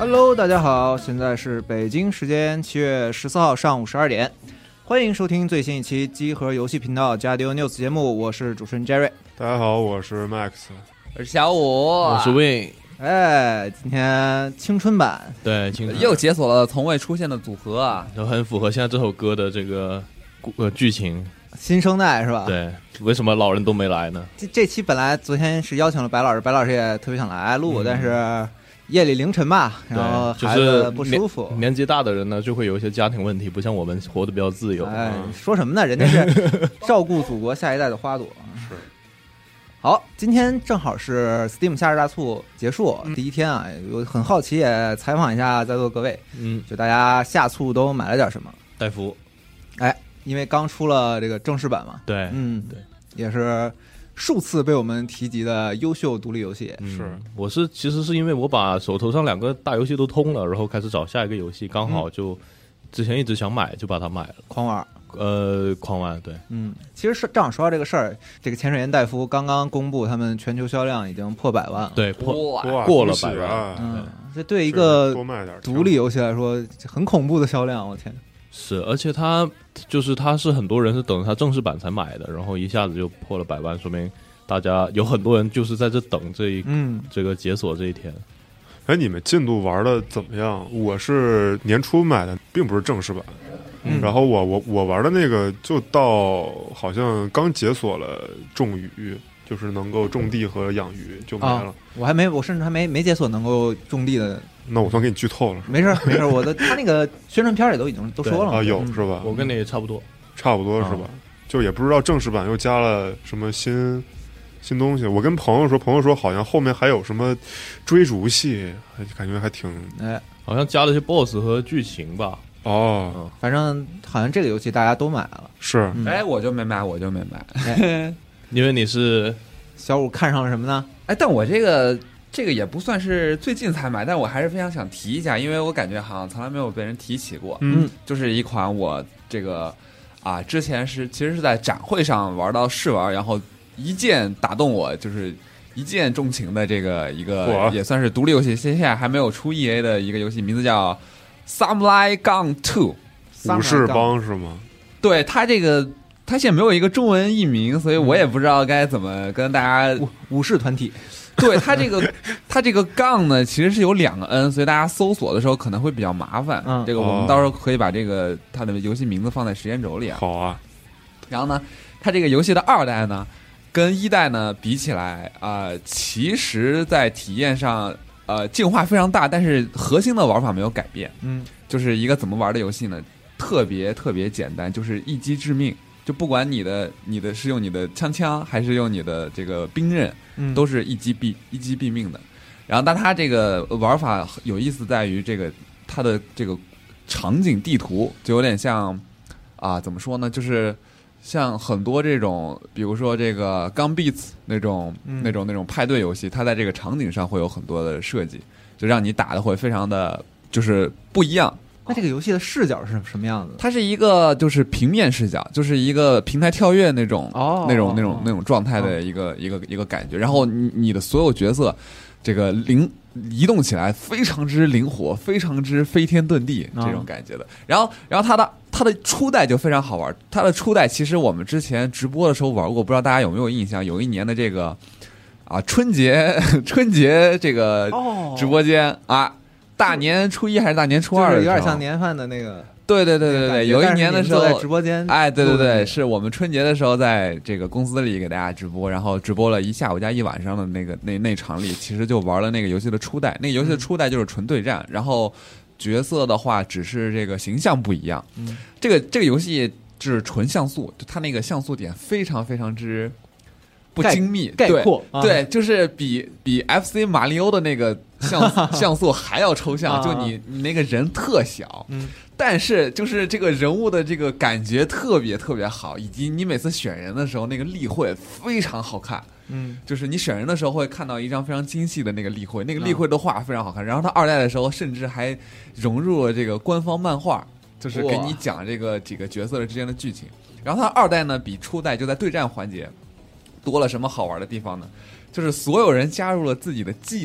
Hello， 大家好，现在是北京时间7月14号上午12点，欢迎收听最新一期机核游戏频道加丢 News 节目，我是主持人 Jerry。 大家好，我是 Max， 我是小五， 我是 Win。 哎，今天青春版， 对，青春又解锁了从未出现的组合啊， 就很符合现在这首歌的这个剧情。 新生代是吧？ 对，为什么老人都没来呢？ 这期本来昨天是邀请了白老师，白老师也特别想来录，但是夜里凌晨吧，然后孩子不舒服， 年纪大的人呢就会有一些家庭问题，不像我们活得比较自由。 哎，说什么呢？人家是照顾祖国下一代的花朵。 是。 好，今天正好是 Steam 夏日大促结束第一天啊，我很好奇，也采访一下在座各位，就大家夏促都买了点什么？ 戴夫， 哎，因为刚出了这个正式版嘛， 对， 对，也是数次被我们提及的优秀独立游戏。 我其实是因为我把手头上2个大游戏都通了，然后开始找下一个游戏，刚好就之前一直想买，就把它买了。 狂玩。 狂玩，对， 其实是正好说到这个事儿，这个潜水员戴夫刚刚公布他们全球销量已经破100万了， 对，过了100万， 这对一个独立游戏来说很恐怖的销量，我天！ 是，而且它是很多人是等它正式版才买的，然后一下子就破了100万，说明大家有很多人就是在这等这个解锁这一天。 哎，你们进度玩的怎么样？我是年初买的，并不是正式版。然后我玩的那个就到好像刚解锁了种鱼，就是能够种地和养鱼就没了。 我甚至还没解锁能够种地的。 那我算给你剧透了。 没事，他那个宣传片里都已经都说了嘛。 有是吧？ 我跟你差不多是吧？就也不知道正式版又加了什么新东西。我跟朋友说好像后面还有什么追逐戏，感觉还挺好像加了些 BOSS 和剧情吧。 反正好像这个游戏大家都买了。 是， 我就没买， 因为你是小五看上了什么呢？ 但我这个也不算是最近才买，但我还是非常想提一下，因为我感觉好像从来没有被人提起过。就是一款我这个之前其实是在展会上玩到试玩，然后一键打动我，就是一见钟情的这个一个也算是独立游戏，现在还没有出 EA 的一个游戏，名字叫Samurai Gun 2， 武士帮是吗？ 对，它现在没有一个中文译名，所以我也不知道该怎么跟大家武士团体。 对，它这个杠呢，其实是有2个 N， 所以大家搜索的时候可能会比较麻烦。这个我们到时候可以把它的游戏名字放在时间轴里啊。 好啊。 然后呢，它这个游戏的2代呢，跟1代呢比起来其实在体验上进化非常大，但是核心的玩法没有改变。就是一个怎么玩的游戏呢？特别特别简单，就是一击致命。就不管你的是用你的枪还是用你的这个兵刃，都是一击毙命的。然后但它这个玩法有意思在于它的这个场景地图就有点像怎么说呢？就是像很多这种，比如说这个 Gun Beats 那种派对游戏，它在这个场景上会有很多的设计，就让你打的会非常的就是不一样。 那这个游戏的视角是什么样子？ 它是一个就是平面视角，就是一个平台跳跃那种状态的一个感觉。然后你的所有角色，这个移动起来非常之灵活，非常之飞天遁地这种感觉的。然后它的初代就非常好玩。它的初代其实我们之前直播的时候玩过，不知道大家有没有印象？有一年的这个春节这个直播间大年初1还是大年初2的时候， 有点像年饭的那个。 对，有一年的时候在直播间， 对，是我们春节的时候在这个公司里给大家直播，然后直播了1下午加1晚上的那场里，其实就玩了那个游戏的初代。那个游戏的初代就是纯对战，然后角色的话只是这个形象不一样。这个游戏是纯像素，就它那个像素点非常非常之不精密概括， 对，就是比 FC 马里奥的那个像素还要抽象，就你那个人特小，但是就是这个人物的这个感觉特别特别好，以及你每次选人的时候那个例会非常好看。就是你选人的时候会看到一张非常精细的那个例会，那个例会的画非常好看。然后它2代的时候甚至还融入了这个官方漫画，就是给你讲这个几个角色之间的剧情。然后它2代呢比初代就在对战环节多了什么好玩的地方呢？就是所有人加入了自己的技能，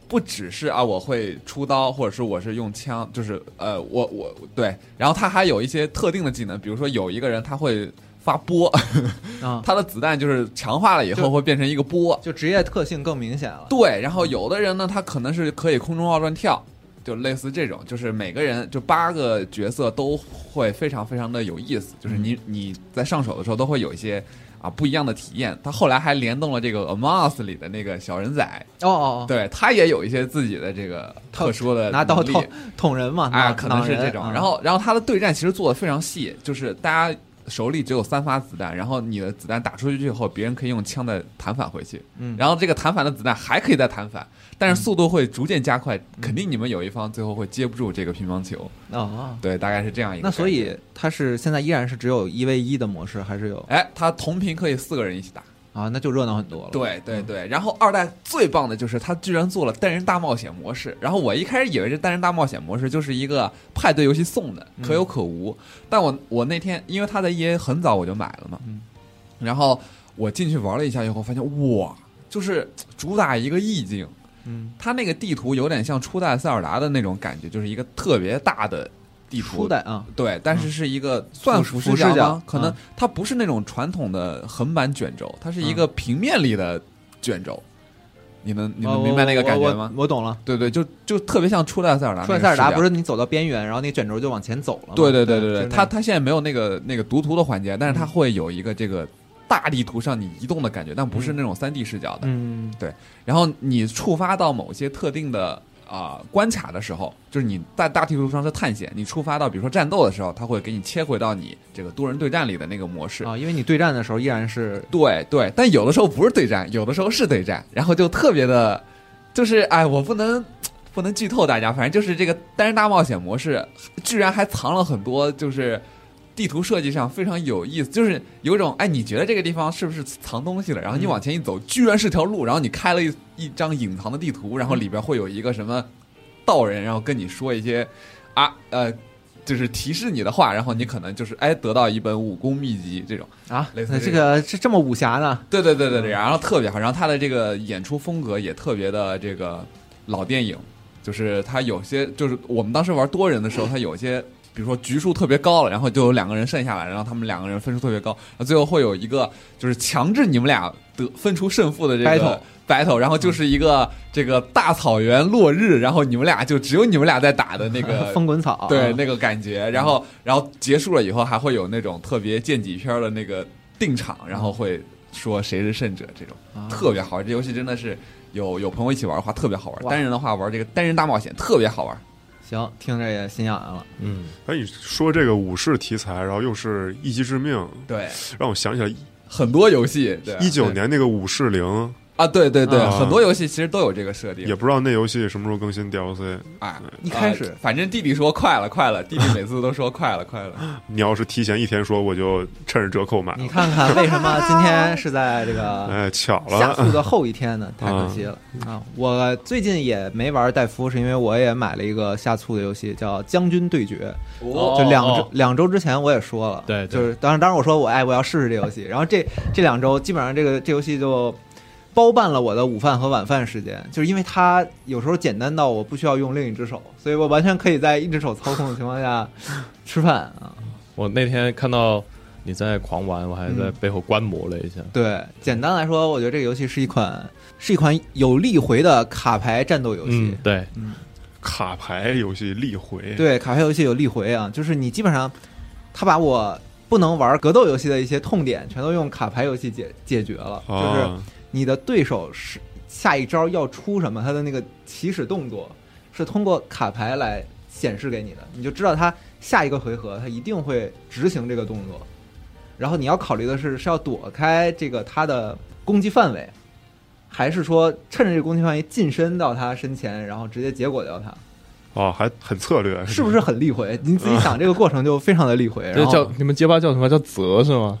不只是啊，我会出刀，或者是我是用枪，就是我对，然后他还有一些特定的技能，比如说有一个人他会发波，他的子弹就是强化了以后会变成一个波， 就职业特性更明显了。 对，然后有的人呢，他可能是可以空中奥转跳，就类似这种，就是每个人就8个角色都会非常非常的有意思，就是你在上手的时候都会有一些不一样的体验。他后来还联动了这个 Among Us 里的那个小人仔，对，他也有一些自己的这个特殊的拿刀捅人嘛， 可能是这种。然后他的对战其实做的非常细，就是大家手里只有3发子弹，然后你的子弹打出去之后，别人可以用枪的弹反回去，然后这个弹反的子弹还可以再弹反，但是速度会逐渐加快，肯定你们有一方最后会接不住这个乒乓球。对，大概是这样一个。 那所以它是现在依然是只有1v1的模式，还是有？ 它同屏可以4个人一起打。 那就热闹很多了。 对对对，然后2代最棒的就是它居然做了单人大冒险模式，然后我一开始以为这单人大冒险模式就是一个派对游戏送的，可有可无。但我那天因为它在EA很早我就买了嘛，然后我进去玩了一下以后，发现哇，就是主打一个意境，它那个地图有点像初代塞尔达的那种感觉，就是一个特别大的地图， 初代对，但是是一个算俯视角，可能它不是那种传统的横版卷轴，它是一个平面里的卷轴。你能明白那个感觉吗？ 我懂了。 对对，就特别像初代塞尔达。 初代塞尔达不是你走到边缘，然后那个卷轴就往前走了吗？ 对对对对对，它现在没有那个读图的环节，但是它会有一个这个大地图上你移动的感觉，但不是那种3D 视角的。对。然后你触发到某些特定的关卡的时候，就是你在大地图上是探险，你触发到比如说战斗的时候，它会给你切回到你这个多人对战里的那个模式因为你对战的时候依然是对，但有的时候不是对战，有的时候是对战，然后就特别的，就是我不能剧透大家，反正就是这个单人大冒险模式居然还藏了很多就是地图设计上非常有意思，就是有种你觉得这个地方是不是藏东西了，然后你往前一走居然是条路，然后你开了一张隐藏的地图，然后里边会有一个什么道人，然后跟你说一些就是提示你的话，然后你可能就是得到一本武功秘籍这种类似这个是这么武侠呢？ 对对对对对，然后特别好，然后他的这个演出风格也特别的这个老电影，就是他有些就是我们当时玩多人的时候，他有些比如说局数特别高了，然后就有2个人剩下来，然后他们2个人分数特别高，然后最后会有一个就是强制你们俩分出胜负的这个 battle， 然后就是一个这个大草原落日，然后你们俩就只有你们俩在打的那个风滚草， 对那个感觉，然后结束了以后还会有那种特别剑戟片的那个定场，然后会说谁是胜者，这种特别好玩。这游戏真的是有朋友一起玩的话特别好玩，单人的话玩这个单人大冒险特别好玩。 行，听着也心痒痒了。 你说这个武士题材，然后又是一击致命， 对， 让我想起来很多游戏，对 19年那个武士0 对对对，很多游戏其实都有这个设定， 也不知道那游戏什么时候更新 DLC。 一开始反正弟弟说快了，弟弟每次都说快了。 你要是提前1天说，我就趁着折扣买了。 你看看为什么今天是在这个巧了下促的后一天呢？太可惜了我最近也没玩戴夫，是因为我也买了一个下促的游戏，叫《将军对决》。就两周之前我也说了， 对， 就是当时我说我要试试这游戏，然后这2周基本上这游戏就包办了我的午饭和晚饭时间，就是因为它有时候简单到我不需要用另一只手，所以我完全可以在一只手操控的情况下吃饭我那天看到你在狂玩，我还在背后观摩了一下。 对，简单来说，我觉得这个游戏是一款有立回的卡牌战斗游戏。 对， 卡牌游戏立回， 对，卡牌游戏有立回就是你基本上，他把我不能玩格斗游戏的一些痛点全都用卡牌游戏解决了，就是你的对手是下一招要出什么，他的那个起始动作是通过卡牌来显示给你的，你就知道他下一个回合他一定会执行这个动作，然后你要考虑的是要躲开这个他的攻击范围，还是说趁着这个攻击范围近身到他身前，然后直接结果掉他。 还很策略， 是不是很立回？你自己想，这个过程就非常的立回。 这叫你们街霸叫什么？叫泽是吗？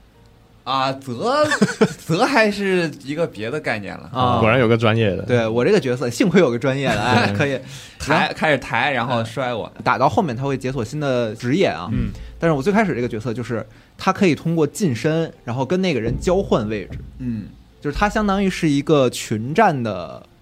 泽还是一个别的概念了果然有个专业的。 对，我这个角色幸亏有个专业的，可以开始抬，然后摔我。 打到后面他会解锁新的职业但是我最开始这个角色就是他可以通过近身，然后跟那个人交换位置，就是他相当于是一个群战的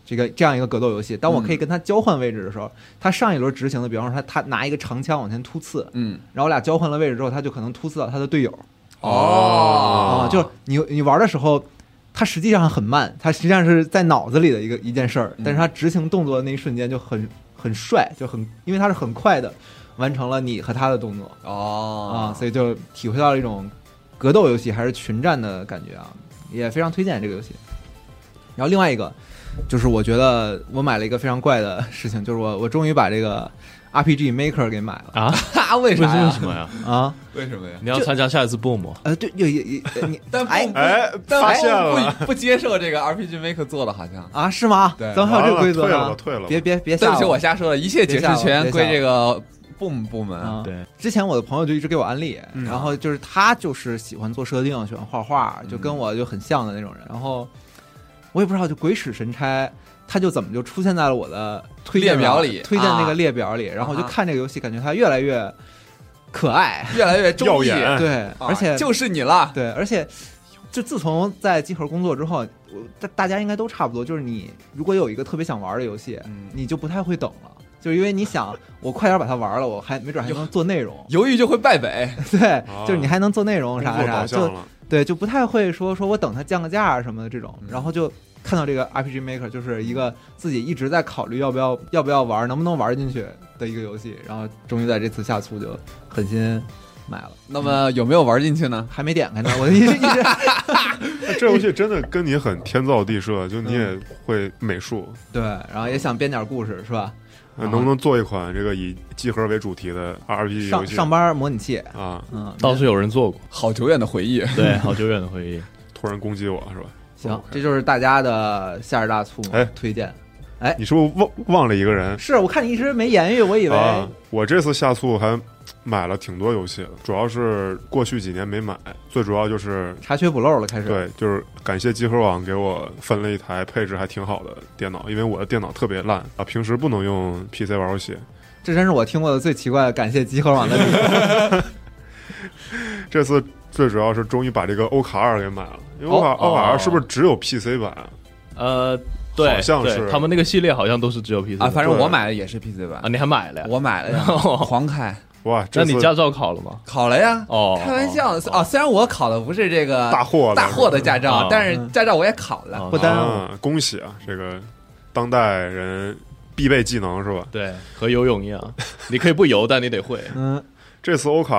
这样一个格斗游戏，当我可以跟他交换位置的时候，他上一轮执行的，比方说他拿一个长枪往前突刺，然后我俩交换了位置之后，他就可能突刺到他的队友。就是你玩的时候，他实际上很慢，他实际上是在脑子里的一件事儿，但是他执行动作的那一瞬间就很帅，就因为他是很快的完成了你和他的动作所以就体会到了一种格斗游戏还是群战的感觉啊，也非常推荐这个游戏。然后另外一个就是我觉得我买了一个非常怪的事情，就是我终于把这个 RPG Maker 给买了啊！为什么呀？ 为什么呀？ 你要参加下一次 Boom？ 对，你但发现了不接受这个 RPG Maker 做的好像是吗？ 对， 咱们还有这个规则呢？退了， 别对不起，我瞎说了，一切解释权归这个 Boom 部门。 对， 之前我的朋友就一直给我安利，然后就是他就是喜欢做设定，喜欢画画，就跟我就很像的那种人。然后我也不知道，就鬼使神差。他就怎么就出现在了我的推荐那个列表里，然后我就看这个游戏，感觉它越来越可爱， 越来越中意， 对，而且就是你了， 对，而且就自从在集合工作之后，大家应该都差不多，就是你如果有一个特别想玩的游戏，你就不太会等了，就是因为你想我快点把它玩了，我没准还能做内容， 犹豫就会败北， 对，就是你还能做内容啥就对，就不太会说我等它降个价什么的这种，然后就。看到这个 RPG Maker 就是一个自己一直在考虑要不要玩，能不能玩进去的一个游戏，然后终于在这次下促就狠心买了。 那么有没有玩进去呢？ 还没点开呢，我一直这游戏真的跟你很天造地设，就你也会美术， 对，然后也想编点故事是吧？ 能不能做一款这个以集合为主题的 RPG 游戏？ 上班模拟器啊， 倒是有人做过， 好久远的回忆， 对，好久远的回忆， 突然攻击我是吧？ 行，这就是大家的夏日大促推荐。 你是不是忘了一个人？ 是我看你一直没言语，我以为我这次下促还买了挺多游戏的，主要是过去几年没买，最主要就是查缺补漏了，开始对，就是感谢集合网给我分了一台配置还挺好的电脑，因为我的电脑特别烂啊，平时不能用 PC 玩游戏。 这真是我听过的最奇怪的感谢集合网的理由。 这次最主要是终于把这个欧卡2给买了，因为欧卡2是不是只有 PC 版？ 对， 好像是他们那个系列好像都是只有 PC 版反正我买的也是 PC 版啊，你还买了呀？ 我买了呀，狂开。 哇， 那你驾照考了吗？ 考了呀。开玩笑虽然我考的不是这个大货的驾照，但是驾照我也考了， 不耽误。 恭喜啊，这个当代人必备技能是吧？ 对，和游泳一样，你可以不游，但你得会。 这次欧卡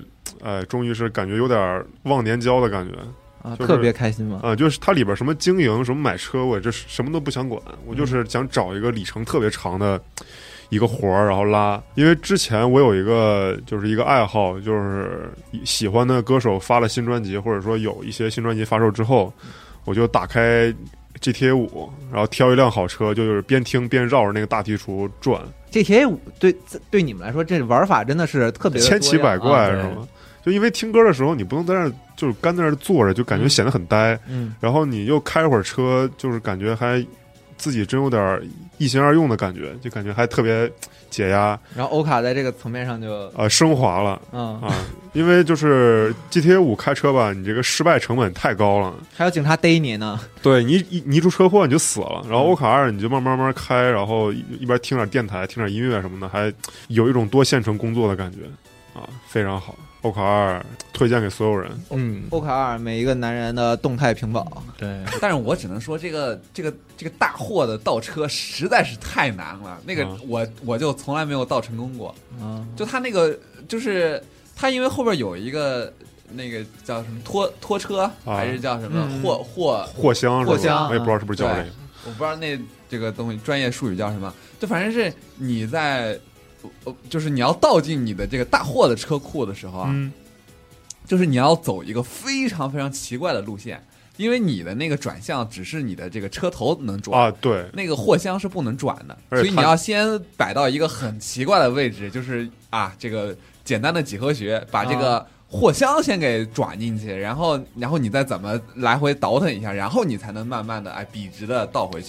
2，终于是感觉有点忘年交的感觉。 特别开心嘛！ 就是它里边什么经营、什么买车，我这什么都不想管，我就是想找一个里程特别长的一个活儿，然后拉。因为之前我有一个爱好，就是喜欢的歌手发了新专辑，或者说有一些新专辑发售之后，我就打开 GTA 5，然后挑一辆好车，就是边听边绕着那个大地图转。 GTA 5对你们来说，这玩法真的是特别千奇百怪，是吗？就因为听歌的时候，你不能在那儿就是干在那儿坐着，就感觉显得很呆。然后你又开会儿车，就是感觉还自己真有点一心二用的感觉，就感觉还特别解压。 然后欧卡在这个层面上就升华了。因为就是 GTA 5开车吧，你这个失败成本太高了， 还有警察逮你呢。对， 你一出车祸你就死了。然后欧卡2你就慢慢开，然后一边听点电台，听点音乐什么的，还有一种多线程工作的感觉非常好。欧卡2推荐给所有人。 欧卡2每一个男人的动态屏保。 对，但是我只能说这个大货的倒车实在是太难了。那个我就从来没有倒成功过。就他那个就是他因为后边有一个那个叫什么拖车还是叫什么货箱，我也不知道是不是叫这个， 我不知道这个东西专业术语叫什么，就反正是你在。就是你要倒进你的这个大货的车库的时候啊，就是你要走一个非常非常奇怪的路线，因为你的那个转向只是你的这个车头能转对， 那个货箱是不能转的，所以你要先摆到一个很奇怪的位置，就是这个简单的几何学，把这个货箱先给转进去，然后你再怎么来回倒腾一下，然后你才能慢慢的笔直的倒回去。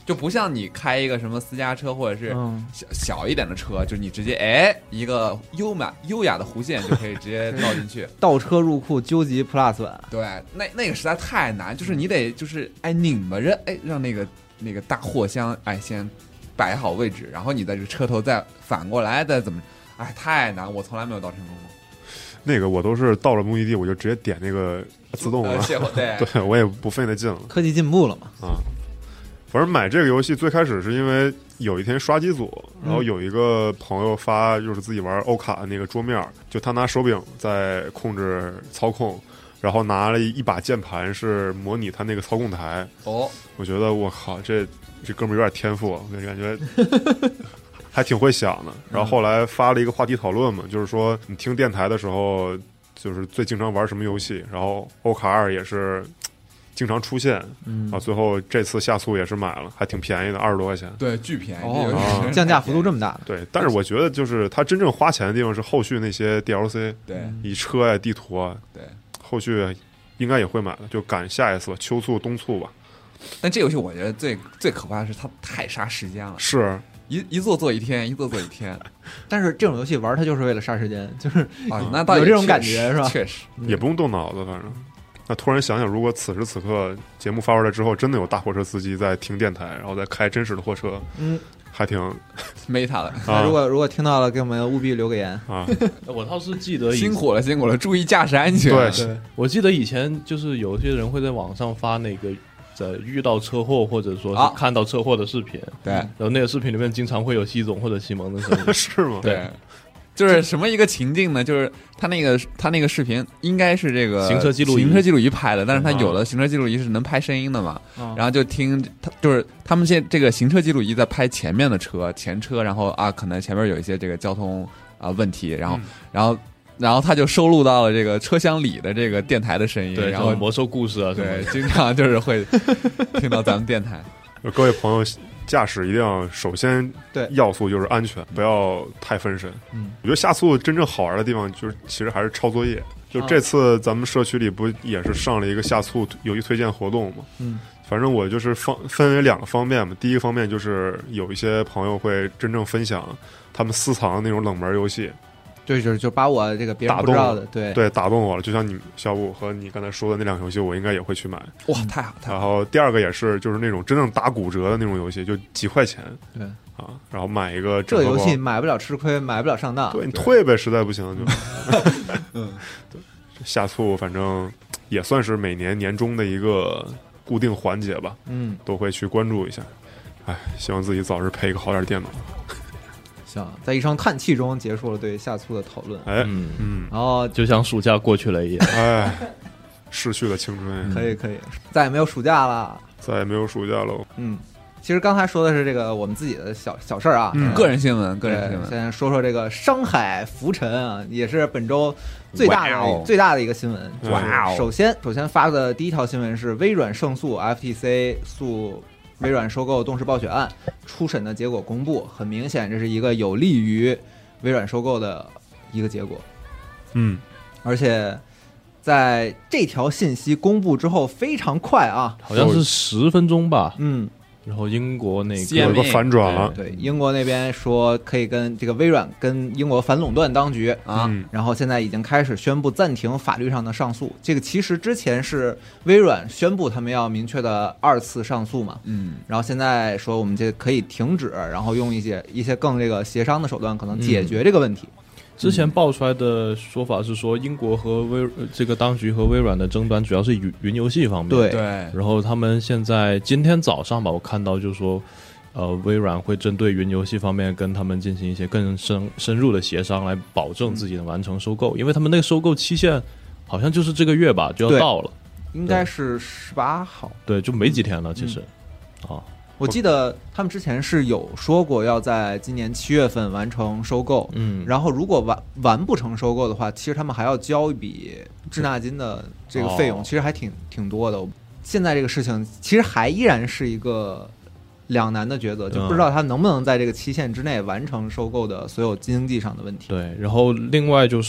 就不像你开一个什么私家车或者是小一点的车，就是你直接一个优雅的弧线就可以直接倒进去， 倒车入库究极 Plus 版。 对，那个实在太难，就是你得就是拧巴着让那个大货箱先摆好位置，然后你在这个车头再反过来再怎么，太难，我从来没有倒成功过。 那个我都是到了目的地我就直接点那个自动了，对，我也不费那劲了。 科技进步了嘛？ 反正买这个游戏最开始是因为有一天刷机组，然后有一个朋友发就是自己玩欧卡的那个桌面，就他拿手柄在控制操控，然后拿了一把键盘是模拟他那个操控台。我觉得我靠，这哥们儿有点天赋，我感觉还挺会想的。然后后来发了一个话题讨论嘛，就是说你听电台的时候就是最经常玩什么游戏，然后欧卡2也是经常出现，最后这次下促也是买了，还挺便宜的，20多块钱。 对，巨便宜， 降价幅度这么大。 对，但是我觉得就是它真正花钱的地方是后续那些 DLC， 对， 以车呀、地图啊， 对，后续应该也会买的，就赶下一次吧，秋促、冬促吧。 但这游戏我觉得最可怕的是它太杀时间了， 是一做一天，一做一天。 但是这种游戏玩它就是为了杀时间，就是那倒有这种感觉是吧？ 确实也不用动脑子，反正。那突然想想，如果此时此刻节目发出来之后，真的有大货车司机在停电台，然后再开真实的货车，还挺 meta 的。 那如果听到了，给我们务必留个言啊！我倒是记得辛苦了，注意驾驶安全。 对， 我记得以前就是有些人会在网上发那个在遇到车祸或者说是看到车祸的视频， 对， 然后那个视频里面经常会有西总或者西蒙的声音， 是吗？ 对。就是什么一个情境呢？就是他那个视频应该是这个行车记录仪拍的，但是他有的行车记录仪是能拍声音的嘛，然后就听他就是他们这个行车记录仪在拍前面的前车，然后可能前面有一些这个交通问题，然后他就收录到了这个车厢里的这个电台的声音， 对， 然后魔兽故事啊什么的， 对，经常就是会听到咱们电台。 各位朋友。驾驶一定要首先要素就是安全，不要太分神。我觉得下促真正好玩的地方就是其实还是抄作业。就这次咱们社区里不也是上了一个下促游戏推荐活动吗？反正我就是分为2个方面嘛。第一个方面就是有一些朋友会真正分享他们私藏的那种冷门游戏。 就把我这个别人不知道的对打动我了，就像你小五和你刚才说的那2个游戏，我应该也会去买。 哇，太好！ 然后第二个也是就是那种真正打骨折的那种游戏，就几块钱， 对然后买一个这个游戏买不了吃亏，买不了上当， 对你退呗，实在不行就对，下促反正也算是每年年终的一个固定环节吧，都会去关注一下。希望自己早日配一个好点的电脑。 在一声叹气中结束了对下促的讨论。然后就像暑假过去了一样， 逝去了青春。 可以，再也没有暑假了， 再也没有暑假了。 其实刚才说的是这个我们自己的小事儿啊， 个人新闻。 先说这个商海浮沉啊，也是本周最大的一个新闻。首先发的第一条新闻是微软胜诉 FTC 诉微软收购动视暴雪案，初审的结果公布，很明显这是一个有利于微软收购的一个结果。而且在这条信息公布之后非常快啊， 好像是10分钟吧。然后英国那个有个反转了， 对，英国那边说可以跟这个微软跟英国反垄断当局然后现在已经开始宣布暂停法律上的上诉。这个其实之前是微软宣布他们要明确的2次上诉嘛，然后现在说我们这可以停止，然后用一些更这个协商的手段可能解决这个问题。 之前爆出来的说法是说，英国和这个当局和微软的争端主要是云游戏方面。 对。 然后他们现在今天早上吧，我看到就是说，微软会针对云游戏方面跟他们进行一些更深入的协商，来保证自己能完成收购。因为他们那个收购期限好像就是这个月吧，就要到了， 应该是18号。 对，就没几天了，其实。 我记得他们之前是有说过要在今年7月份完成收购，然后如果完不成收购的话，其实他们还要交一笔滞纳金的这个费用，其实还挺多的。现在这个事情其实依然是一个两难的抉择，就不知道他能不能在这个期限之内完成收购的所有经济上的问题。 对，然后另外就是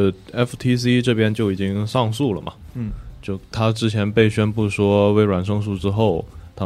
FTC 这边就已经上诉了嘛，就他之前被宣布说微软胜诉之后，他们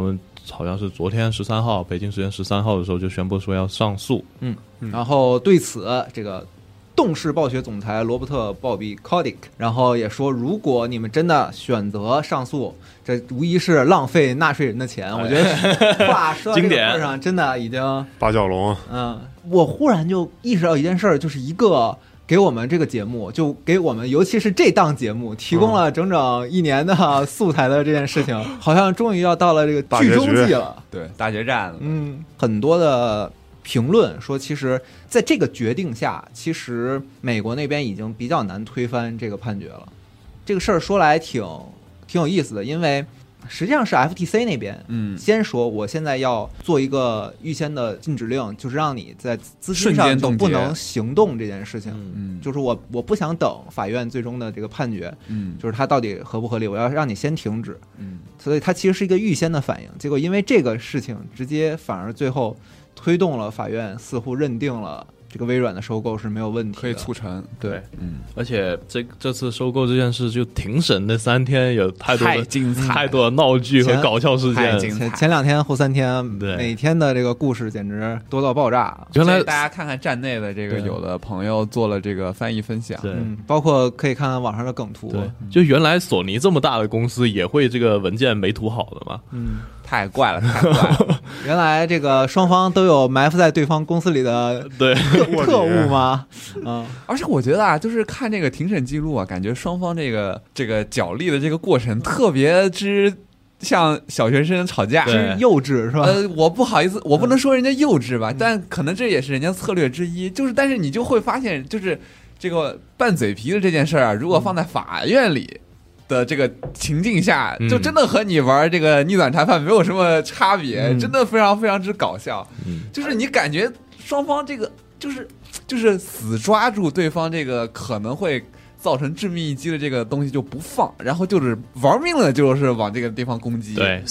好像是昨天13号，北京时间13号的时候就宣布说要上诉。 然后对此这个动视暴雪总裁罗伯特·鲍比·考迪克，然后也说，如果你们真的选择上诉，这无疑是浪费纳税人的钱。我觉得话说到这个份上，真的已经八角笼。 我忽然就意识到一件事儿，就是一个给我们这个节目，就给我们尤其是这档节目提供了整整1年的素材的这件事情，好像终于要到了这个剧中季了， 对，大决战了。 很多的评论说，其实在这个决定下，其实美国那边已经比较难推翻这个判决了。这个事儿说来挺有意思的，因为实际上是 FTC 那边先说，我现在要做一个预先的禁止令，就是让你在资金上就不能行动这件事情。就是我不想等法院最终的这个判决，就是它到底合不合理，我要让你先停止。所以它其实是一个预先的反应。结果因为这个事情，直接反而最后推动了法院似乎认定了这个微软的收购是没有问题的， 可以促成。 对， 而且这次收购这件事就庭审那3天有太多的闹剧和搞笑事件。 前2天后3天，每天的这个故事简直多到爆炸。 原来大家看看站内的这个有的朋友做了这个翻译分享， 包括可以看看网上的梗图。 对，就原来索尼这么大的公司也会这个文件没涂好的嘛。 太怪了，太怪了！ 原来这个双方都有埋伏在对方公司里的特务吗？ 而且我觉得啊，就是看这个庭审记录啊，感觉双方这个角力的这个过程特别之像小学生吵架， 是幼稚是吧？ 我不好意思，我不能说人家幼稚吧，但可能这也是人家策略之一。就是，但是你就会发现，就是这个拌嘴皮的这件事儿啊，如果放在法院里的这个情境下，就真的和你玩这个逆转裁判没有什么差别，真的非常非常之搞笑。就是你感觉双方这个就是死抓住对方这个可能会造成致命一击的这个东西就不放，然后就是玩命的，就是往这个地方攻击。 对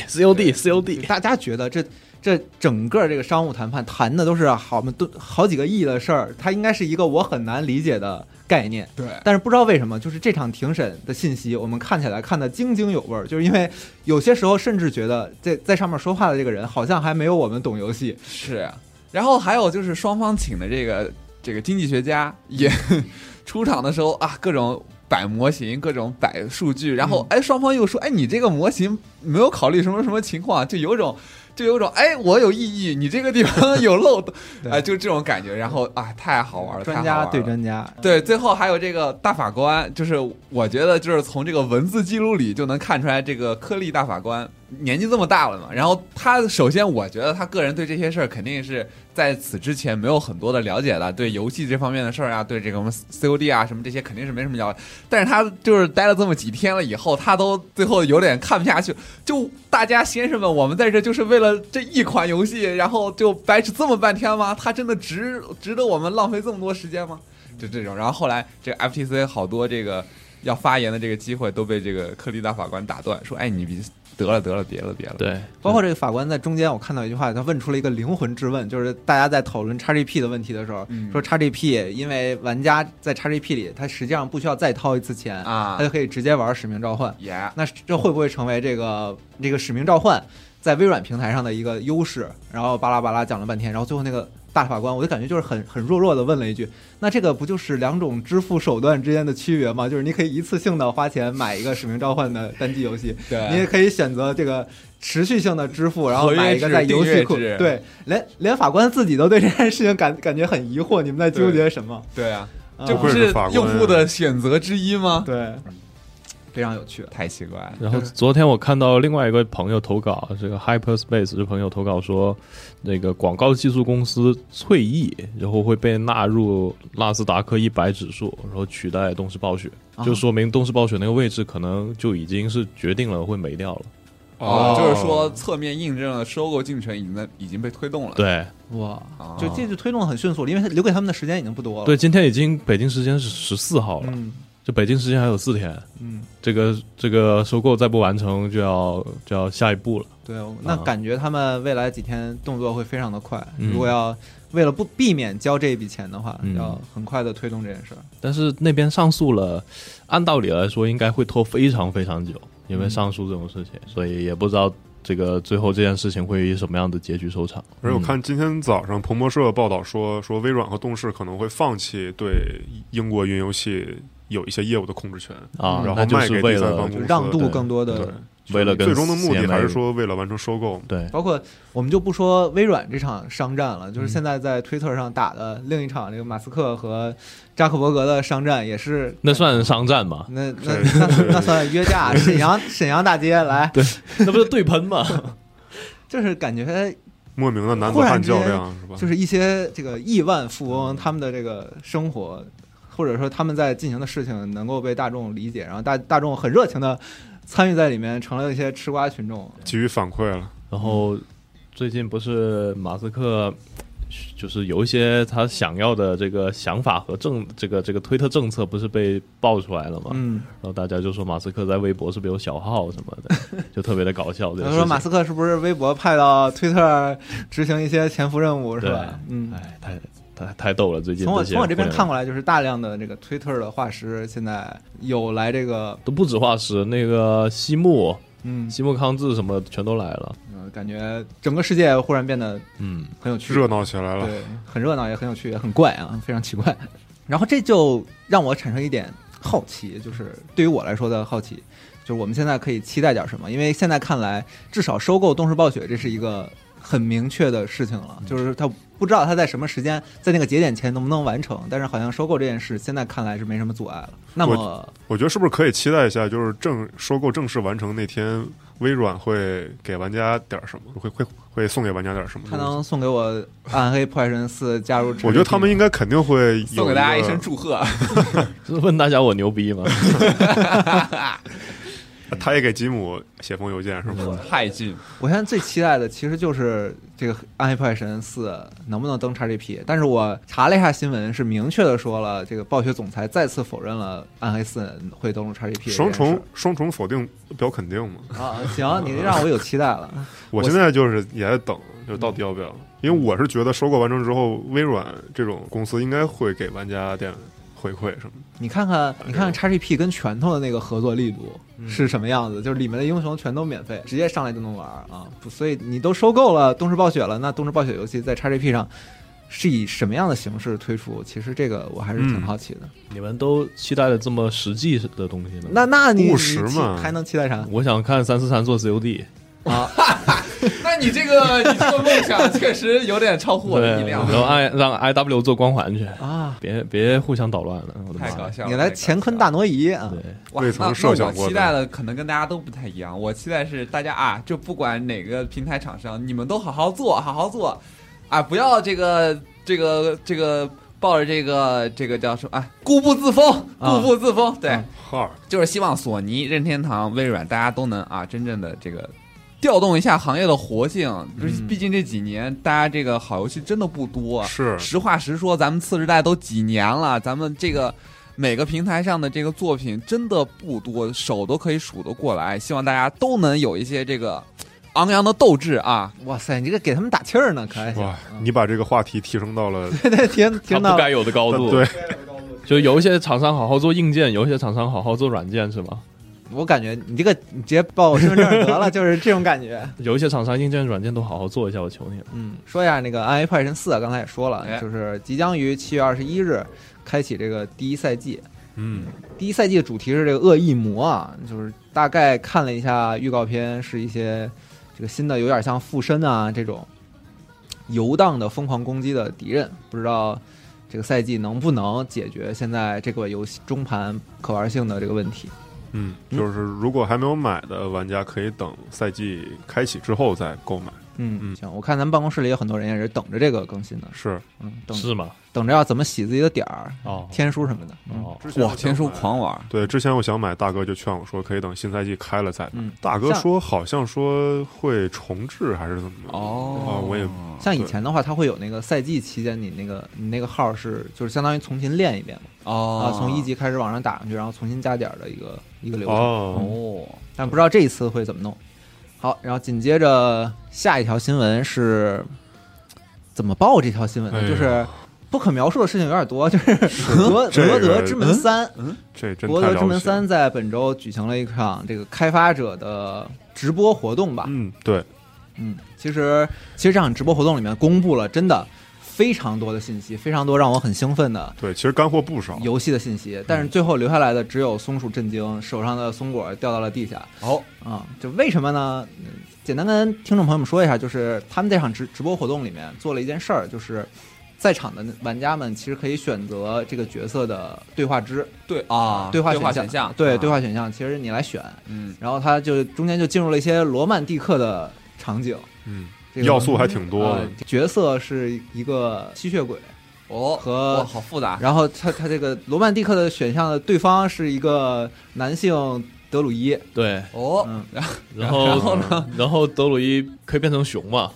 ，COD， 大家觉得这整个这个商务谈判谈的都是好几个亿的事儿，它应该是一个我很难理解的概念。 对， 但是不知道为什么，就是这场庭审的信息，我们看起来看得津津有味儿，就是因为有些时候甚至觉得在上面说话的这个人好像还没有我们懂游戏。 是，然后还有就是双方请的这个经济学家也出场的时候啊，各种摆模型，各种摆数据，然后双方又说，你这个模型没有考虑什么什么情况，就有种我有异议，你这个地方有漏洞，就这种感觉。然后太好玩了， 专家对专家。 对，最后还有这个大法官，就是我觉得就是从这个文字记录里就能看出来，这个科利大法官年纪这么大了嘛，然后他首先我觉得他个人对这些事儿肯定是在此之前没有很多的了解的，对游戏这方面的事儿啊，对这个什么 COD 啊什么这些肯定是没什么了解，但是他就是待了这么几天了以后，他都最后有点看不下去，就大家先生们，我们在这就是为了这一款游戏，然后就白吃这么半天吗？他真的值得我们浪费这么多时间吗？就这种。然后后来这个 FTC 好多这个要发言的这个机会都被这个科利大法官打断，说你得了，别了。 对， 包括这个法官在中间，我看到一句话，他问出了一个灵魂之问，就是大家在讨论 XGP 的问题的时候，说 XGP 因为玩家在 XGP 里，他实际上不需要再掏一次钱啊，他就可以直接玩使命召唤。那这会不会成为这个使命召唤在微软平台上的一个优势？然后巴拉巴拉讲了半天，然后最后那个大法官，我就感觉就是很弱的问了一句，那这个不就是2种支付手段之间的区别吗？就是你可以一次性的花钱买一个使命召唤的单机游戏， 对， 你也可以选择这个持续性的支付，然后买一个在游戏库。对，连法官自己都对这件事情感觉很疑惑，你们在纠结什么？ 对啊，这不是用户的选择之一吗？ 对。非常有趣， 太奇怪了。 然后昨天我看到另外一个朋友投稿，这个 Hyperspace 这朋友投稿说，那个广告技术公司翠翼，然后会被纳入纳斯达克100指数，然后取代动视暴雪，就说明动视暴雪那个位置可能就已经是决定了会没掉了。 就是说侧面印证了收购进程已经被推动了。 对， 哇，就这推动很迅速了，因为留给他们的时间已经不多了。 对，今天已经北京时间是14号了。就北京时间还有4天，这个收购再不完成就要下一步了。 对，那感觉他们未来几天动作会非常的快。如果要为了避免交这一笔钱的话，要很快的推动这件事。 但是那边上诉了，按道理来说应该会拖非常非常久，因为上诉这种事情，所以也不知道这个最后这件事情会以什么样的结局收场。 而且我看今天早上彭博社报道说微软和动视可能会放弃对英国云游戏有一些业务的控制权啊， 然后卖给第三方公司， 让渡更多的。 为了跟最终的目的还是说为了完成收购。 对， 包括我们就不说微软这场商战了，就是现在在推特上打的另一场这个马斯克和扎克伯格的商战，也是那算商战吗？ 那算约架。沈阳大街来， 对，那不是对喷吗？ 就是感觉莫名的男子汉较量是吧？ 就是一些这个亿万富翁他们的这个生活，或者说他们在进行的事情能够被大众理解，然后大众很热情的参与在里面，成了一些吃瓜群众， 给予反馈了。 然后最近不是马斯克就是有一些他想要的这个想法和这个推特政策不是被爆出来了吗？然后大家就说马斯克在微博是不是有小号什么的，就特别的搞笑。 他说马斯克是不是微博派到推特执行一些潜伏任务是吧？ 太逗了！最近从我这边看过来，就是大量的这个推特的画师现在有来这个， 都不止画师，那个西木康治什么全都来了。 感觉整个世界忽然变得很有趣， 热闹起来了。 对，很热闹，也很有趣，也很怪啊，非常奇怪。然后这就让我产生一点好奇，就是对于我来说的好奇，就是我们现在可以期待点什么？因为现在看来，至少收购动视暴雪这是一个很明确的事情了，就是他不知道他在什么时间，在那个节点前能不能完成，但是好像收购这件事现在看来是没什么阻碍了。那么我觉得是不是可以期待一下，就是收购正式完成那天，微软会给玩家点什么？会送给玩家点什么？ 他能送给我《暗黑破坏神4》加入？ 我觉得他们应该肯定会送给大家一声祝贺。 是问大家我牛逼吗？ 他也给吉姆写封邮件是吗？ 太近！ 我现在最期待的其实就是这个《暗黑破坏神4》能不能登 XGP， 但是我查了一下新闻，是明确的说了，这个暴雪总裁再次否认了《暗黑4》会登陆 XGP。 双重否定表肯定吗？ 啊，行，你让我有期待了。 我现在就是也在等，就到底要不要？因为我是觉得收购完成之后，微软这种公司应该会给玩家点回馈什么的。你看看 XGP 跟拳头的那个合作力度是什么样子，就是里面的英雄全都免费，直接上来就能玩啊！所以你都收购了动视暴雪了，那动视暴雪游戏在 XGP 上是以什么样的形式推出？其实这个我还是挺好奇的。 你们都期待了这么实际的东西呢？ 那你务实嘛， 还能期待啥？ 我想看343做 COD 啊。那你这个梦想确实有点超乎我的意料。 然后让 IW 做光环去啊！ 别互相捣乱了， 太搞笑了！ 你来乾坤大挪移啊！ 对， 未曾设想过。 我期待的可能跟大家都不太一样。我期待是大家啊，就不管哪个平台厂商，你们都好好做啊，不要这个抱着这个叫什么啊，固步自封。对，就是希望索尼、任天堂、微软大家都能啊，真正的这个。调动一下行业的活性，毕竟这几年大家这个好游戏真的不多。 是， 实话实说，咱们次时代都几年了，咱们这个每个平台上的这个作品真的不多，手都可以数得过来。希望大家都能有一些这个昂扬的斗志啊！ 哇塞，你这个给他们打气儿呢，可还行。 哇，你把这个话题提升到了对提到不该有的高度。 对， 就有一些厂商好好做硬件，有一些厂商好好做软件，是吗？ 我感觉你这个你直接报我身份证得了，就是这种感觉。 有一些厂商硬件软件都好好做一下，我求你了。 说一下那个《暗黑破坏神4》，刚才也说了，就是即将于7月21日开启这个第一赛季。第一赛季的主题是这个恶意魔啊，就是大概看了一下预告片，是一些这个新的有点像附身啊这种游荡的疯狂攻击的敌人，不知道这个赛季能不能解决现在这个游戏中盘可玩性的这个问题。 就是如果还没有买的玩家，可以等赛季开启之后再购买。 行，我看咱们办公室里有很多人也是等着这个更新的。 是， 是吗？ 等着要怎么洗自己的点儿天书什么的。 哇，天书狂玩。 对，之前我想买，大哥就劝我说可以等新赛季开了再买。大哥说好像说会重置还是怎么的。我也像以前的话，它会有那个赛季期间，你那个号是就是相当于重新练一遍嘛。从1级开始往上打上去，然后重新加点的一个流程。但不知道这一次会怎么弄。好，然后紧接着下一条新闻是怎么报这条新闻呢？就是不可描述的事情有点多，就是罗德之门3，罗德之门3在本周举行了一场这个开发者的直播活动吧。 对， 其实这场直播活动里面公布了真的非常多的信息，非常多让我很兴奋的。 对，其实干货不少游戏的信息，但是最后留下来的只有松鼠震惊，手上的松果掉到了地下。就为什么呢？简单跟听众朋友们说一下，就是他们这场直播活动里面做了一件事儿，就是在场的玩家们其实可以选择这个角色的对话之对话选项，对话选项，其实你来选，然后它就中间就进入了一些罗曼蒂克的场景， 要素还挺多的。 角色是一个吸血鬼和好复杂， 然后他这个罗曼蒂克的选项的对方是一个男性德鲁伊， 对然后呢？然后德鲁伊可以变成熊嘛？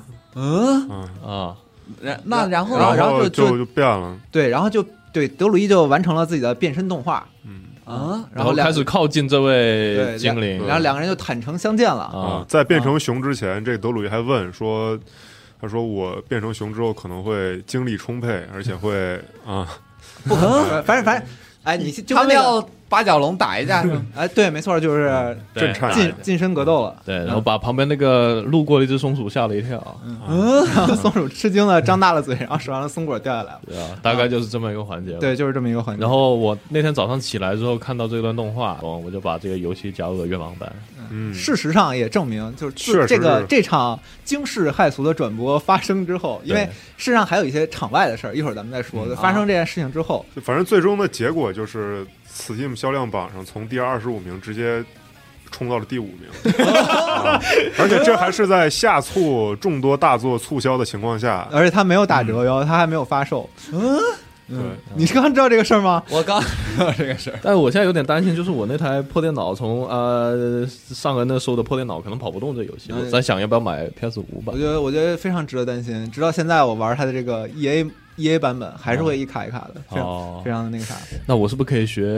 然后就变了， 对，然后就对德鲁伊就完成了自己的变身动画， 然后开始靠近这位精灵， 然后两个人就坦诚相见了在变成熊之前，这德鲁伊还问说：“他说我变成熊之后可能会精力充沛，而且会不可能，反正。”哎，你就他们要八角龙打一架是吗？ 哎，对，没错，就是近身格斗了。 对，然后把旁边那个路过的一只松鼠吓了一跳。 然后松鼠吃惊的张大了嘴，然后手上的松果掉下来了。 对啊，大概就是这么一个环节。 对，就是这么一个环节。 然后我那天早上起来之后看到这段动画，我就把这个游戏加入了愿望单。 事实上也证明，就是这场惊世骇俗的转播发生之后，因为事实上还有一些场外的事儿，一会儿咱们再说。发生这件事情之后， 反正最终的结果就是Steam 销量榜上从第25名直接冲到了第5名，而且这还是在下促众多大作促销的情况下， 而且它没有打折哟，它还没有发售。 对， 你是刚知道这个事儿吗？ 我刚知道这个事儿， 但是我现在有点担心，就是我那台破电脑从上个那收的破电脑可能跑不动这游戏，我在想要不要买 PS5 版。 我觉得非常值得担心。直到现在我玩它的这个 EA 版本还是会一卡一卡的，非常的那个啥。 那我是不是可以学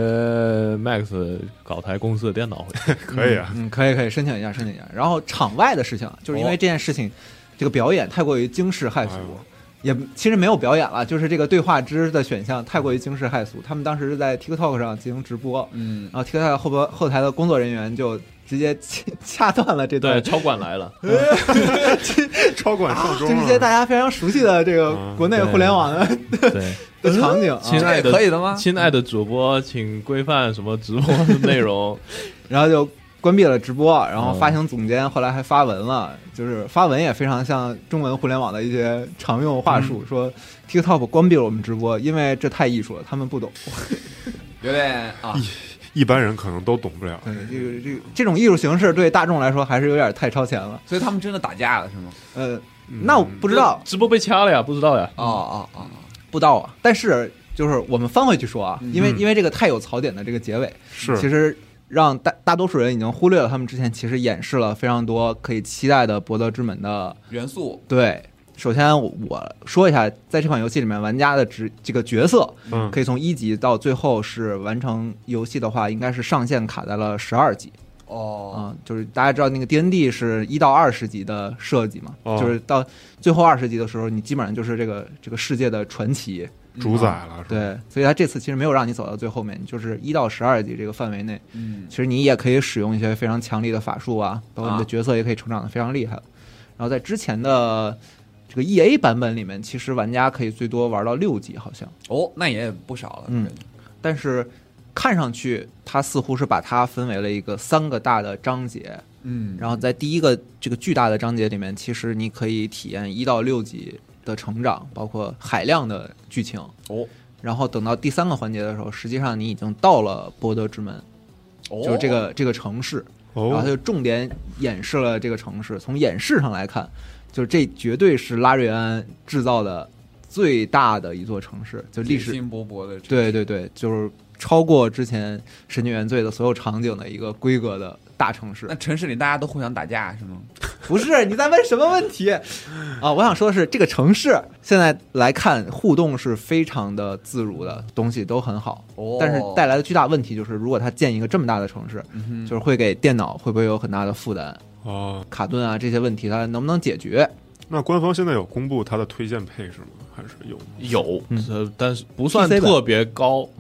Max 搞台公司的电脑回去？ 可以啊， 可以申请一下。然后场外的事情，就是因为这件事情，这个表演太过于惊世骇俗。也其实没有表演了，就是这个对话之的选项太过于惊世骇俗。他们当时是在 TikTok 上进行直播，然后 TikTok 后台的工作人员就直接掐断了这段。 对，超管来了， 超管上中， 就是一些大家非常熟悉的这个国内互联网的的场景。 亲爱的， 可以的吗？ 亲爱的主播，请规范什么直播的内容， 然后就关闭了直播，然后发行总监后来还发文了，就是发文也非常像中文互联网的一些常用话术，说 TikTok 关闭了我们直播，因为这太艺术了，他们不懂。 有点一般人可能都懂不了。 这种艺术形式对大众来说还是有点太超前了。 所以他们真的打架了是吗？ 那我不知道， 直播被掐了呀，不知道呀。 不知道啊。但是就是我们翻回去说啊，因为这个太有槽点的这个结尾，其实让大多数人已经忽略了他们之前其实演示了非常多可以期待的博德之门的元素。 对，首先我说一下，在这款游戏里面，玩家的这个角色可以从1级到最后是完成游戏的话，应该是上限卡在了12级。就是大家知道那个 D&D 是1到20级的设计嘛，就是到最后20级的时候，你基本上就是这个世界的传奇。 主宰了， 对，所以他这次其实没有让你走到最后面，就是1到12级这个范围内，其实你也可以使用一些非常强力的法术啊，包括你的角色也可以成长的非常厉害。然后在之前的这个 EA 版本里面，其实玩家可以最多玩到6级，好像那也不少了。 但是看上去它似乎是把它分为了一个3个大的章节，然后在第一个这个巨大的章节里面，其实你可以体验1到6级的成长，包括海量的剧情然后等到第3个环节的时候，实际上你已经到了博德之门，就是这个城市，然后它就重点演示了这个城市。从演示上来看，就是这绝对是拉瑞安制造的最大的一座城市，就历史野心勃勃的。 对，就是超过之前《神经原罪》的所有场景的一个规格的大城市。 那城市里大家都互相打架是吗？ 不是，你在问什么问题啊？我想说的是，这个城市现在来看互动是非常的自如的，东西都很好。但是带来的巨大问题就是，如果它建一个这么大的城市，就是会给电脑会不会有很大的负担？卡顿啊这些问题，它能不能解决？ 那官方现在有公布它的推荐配置吗？还是有？ 但是不算特别高。 对，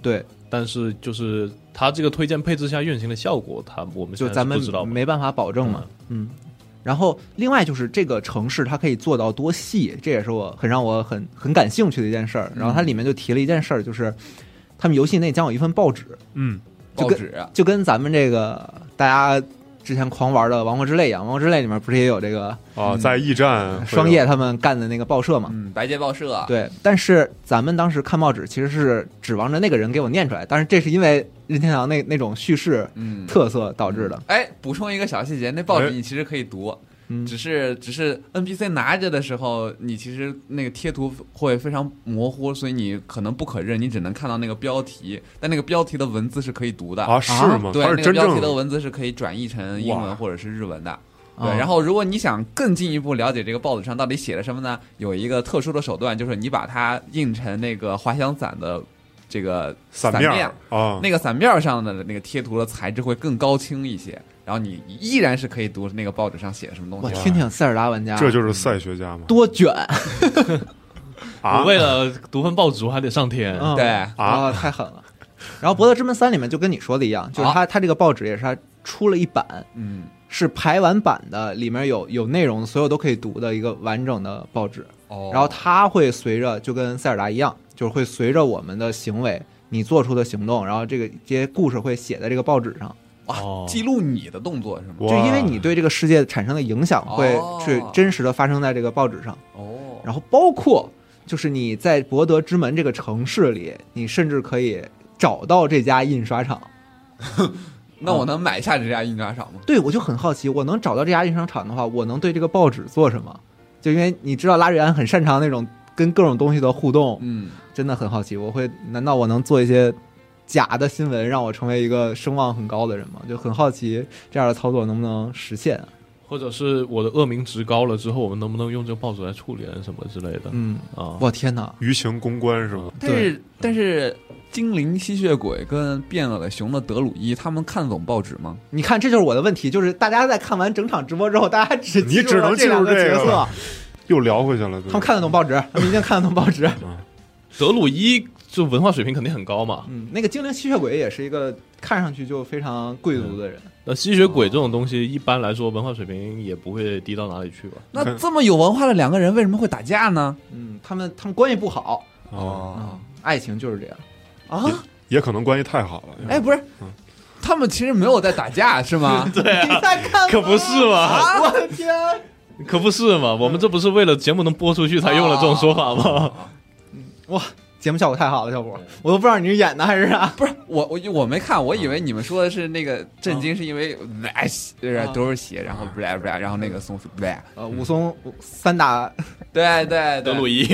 但是就是它这个推荐配置下运行的效果，我们就咱们不知道没办法保证嘛。然后另外就是这个城市它可以做到多细，这也是我让我很感兴趣的一件事儿。然后它里面就提了一件事儿，就是他们游戏内将有一份报纸， 报纸就跟咱们这个大家之前狂玩的《王国之泪》一样，《王国之泪》里面不是也有这个在驿站双叶他们干的那个报社嘛？ 白街报社。 对，但是咱们当时看报纸其实是指望着那个人给我念出来，但是这是因为任天堂那种叙事特色导致的。 补充一个小细节，那报纸你其实可以读。只是 NPC 拿着的时候，你其实那个贴图会非常模糊，所以你可能不可认，你只能看到那个标题，但那个标题的文字是可以读的是吗？ 对， 那个标题的文字是可以转译成英文或者是日文的。对，然后如果你想更进一步了解这个报纸上到底写了什么呢，有一个特殊的手段，就是你把它印成那个滑翔伞的这个伞面那个伞面上的那个贴图的材质会更高清一些，然后你依然是可以读那个报纸上写什么东西。 我听塞尔达玩家， 这就是赛学家嘛， 多卷我为了读份报纸我还得上天。 对太狠了。然后《博德之门3》里面就跟你说的一样，就是他这个报纸也是他出了一版，是排完版的，里面有内容，所有都可以读的一个完整的报纸。然后它会随着就跟塞尔达一样，就是会随着我们的行为，你做出的行动，然后这些故事会写在这个报纸上。 记录你的动作是吗？ 就因为你对这个世界产生的影响会是真实的发生在这个报纸上。然后包括就是你在博德之门这个城市里，你甚至可以找到这家印刷厂。 那我能买下这家印刷厂吗？ 对，我就很好奇，我能找到这家印刷厂的话，我能对这个报纸做什么？就因为你知道拉瑞安很擅长那种跟各种东西的互动，真的很好奇，难道我能做一些假的新闻，让我成为一个声望很高的人吗？就很好奇这样的操作能不能实现啊？ 或者是我的恶名值高了之后，我们能不能用这个报纸来处理什么之类的？ 我天哪， 舆情公关是吗？ 但是精灵吸血鬼跟变了熊的德鲁伊，他们看懂报纸吗？ 你看，这就是我的问题，就是大家在看完整场直播之后，大家你只能这两个角色， 又聊回去了。 他们看得懂报纸，他们一定看得懂报纸。 德鲁伊就文化水平肯定很高嘛。 那个精灵吸血鬼也是一个看上去就非常贵族的人。 那吸血鬼这种东西，一般来说文化水平也不会低到哪里去吧？ 那这么有文化的两个人为什么会打架呢？ 他们关系不好。爱情就是这样也可能关系太好了。 不是，他们其实没有在打架是吗？ 对啊， 你在看可不是嘛？ 我的天， 可不是嘛？我们这不是为了节目能播出去才用了这种说法吗？ 哇！节目效果太好了，小博，我都不知道你是演的还是啥。 不是我没看，我以为你们说的是那个震惊，是因为都是血，然后然后那个松武松三打， 对德鲁伊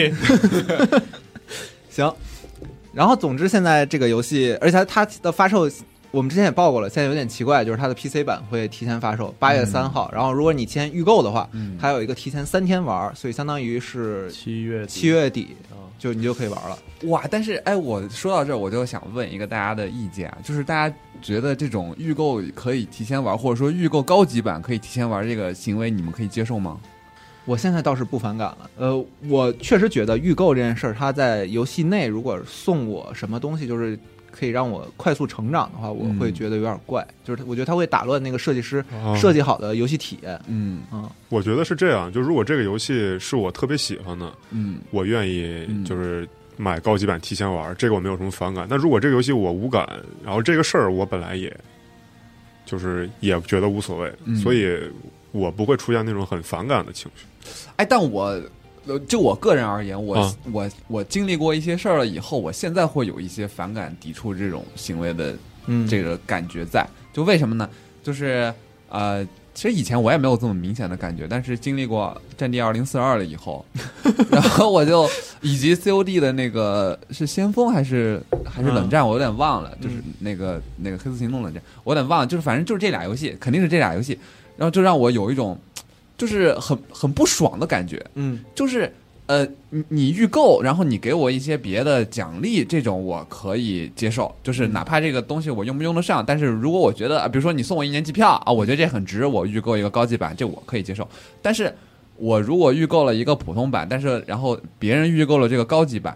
行。然后总之现在这个游戏，而且它的发售我们之前也报过了，现在有点奇怪，就是它的 PC 版会提前发售8月3号，然后如果你提前预购的话，它有一个提前3天玩，所以相当于是7月底就你就可以玩了。 哇！但是我说到这儿，我就想问一个大家的意见啊，就是大家觉得这种预购可以提前玩，或者说预购高级版可以提前玩这个行为，你们可以接受吗？ 我现在倒是不反感了。我确实觉得预购这件事儿，它在游戏内如果送我什么东西，就是可以让我快速成长的话，我会觉得有点怪。就是我觉得它会打乱那个设计师设计好的游戏体验。 我觉得是这样，就如果这个游戏是我特别喜欢的，我愿意就是买高级版提前玩，这个我没有什么反感。但如果这个游戏我无感，然后这个事儿我本来也觉得无所谓，所以我不会出现那种很反感的情绪。 但就我个人而言，我经历过一些事儿了以后，我现在会有一些反感、抵触这种行为的这个感觉在。就为什么呢？就是其实以前我也没有这么明显的感觉，但是经历过《战地2042》了以后，然后我就以及 COD 的那个是先锋还是冷战，我有点忘了，就是那个黑色行动冷战，我有点忘了，就是反正就是这俩游戏，肯定是这俩游戏，然后就让我有一种就是很不爽的感觉，就是你预购，然后你给我一些别的奖励，这种我可以接受，就是哪怕这个东西我用不用得上，但是如果我觉得比如说你送我1年机票啊，我觉得这很值，我预购一个高级版，这我可以接受。但是我如果预购了一个普通版，但是然后别人预购了这个高级版，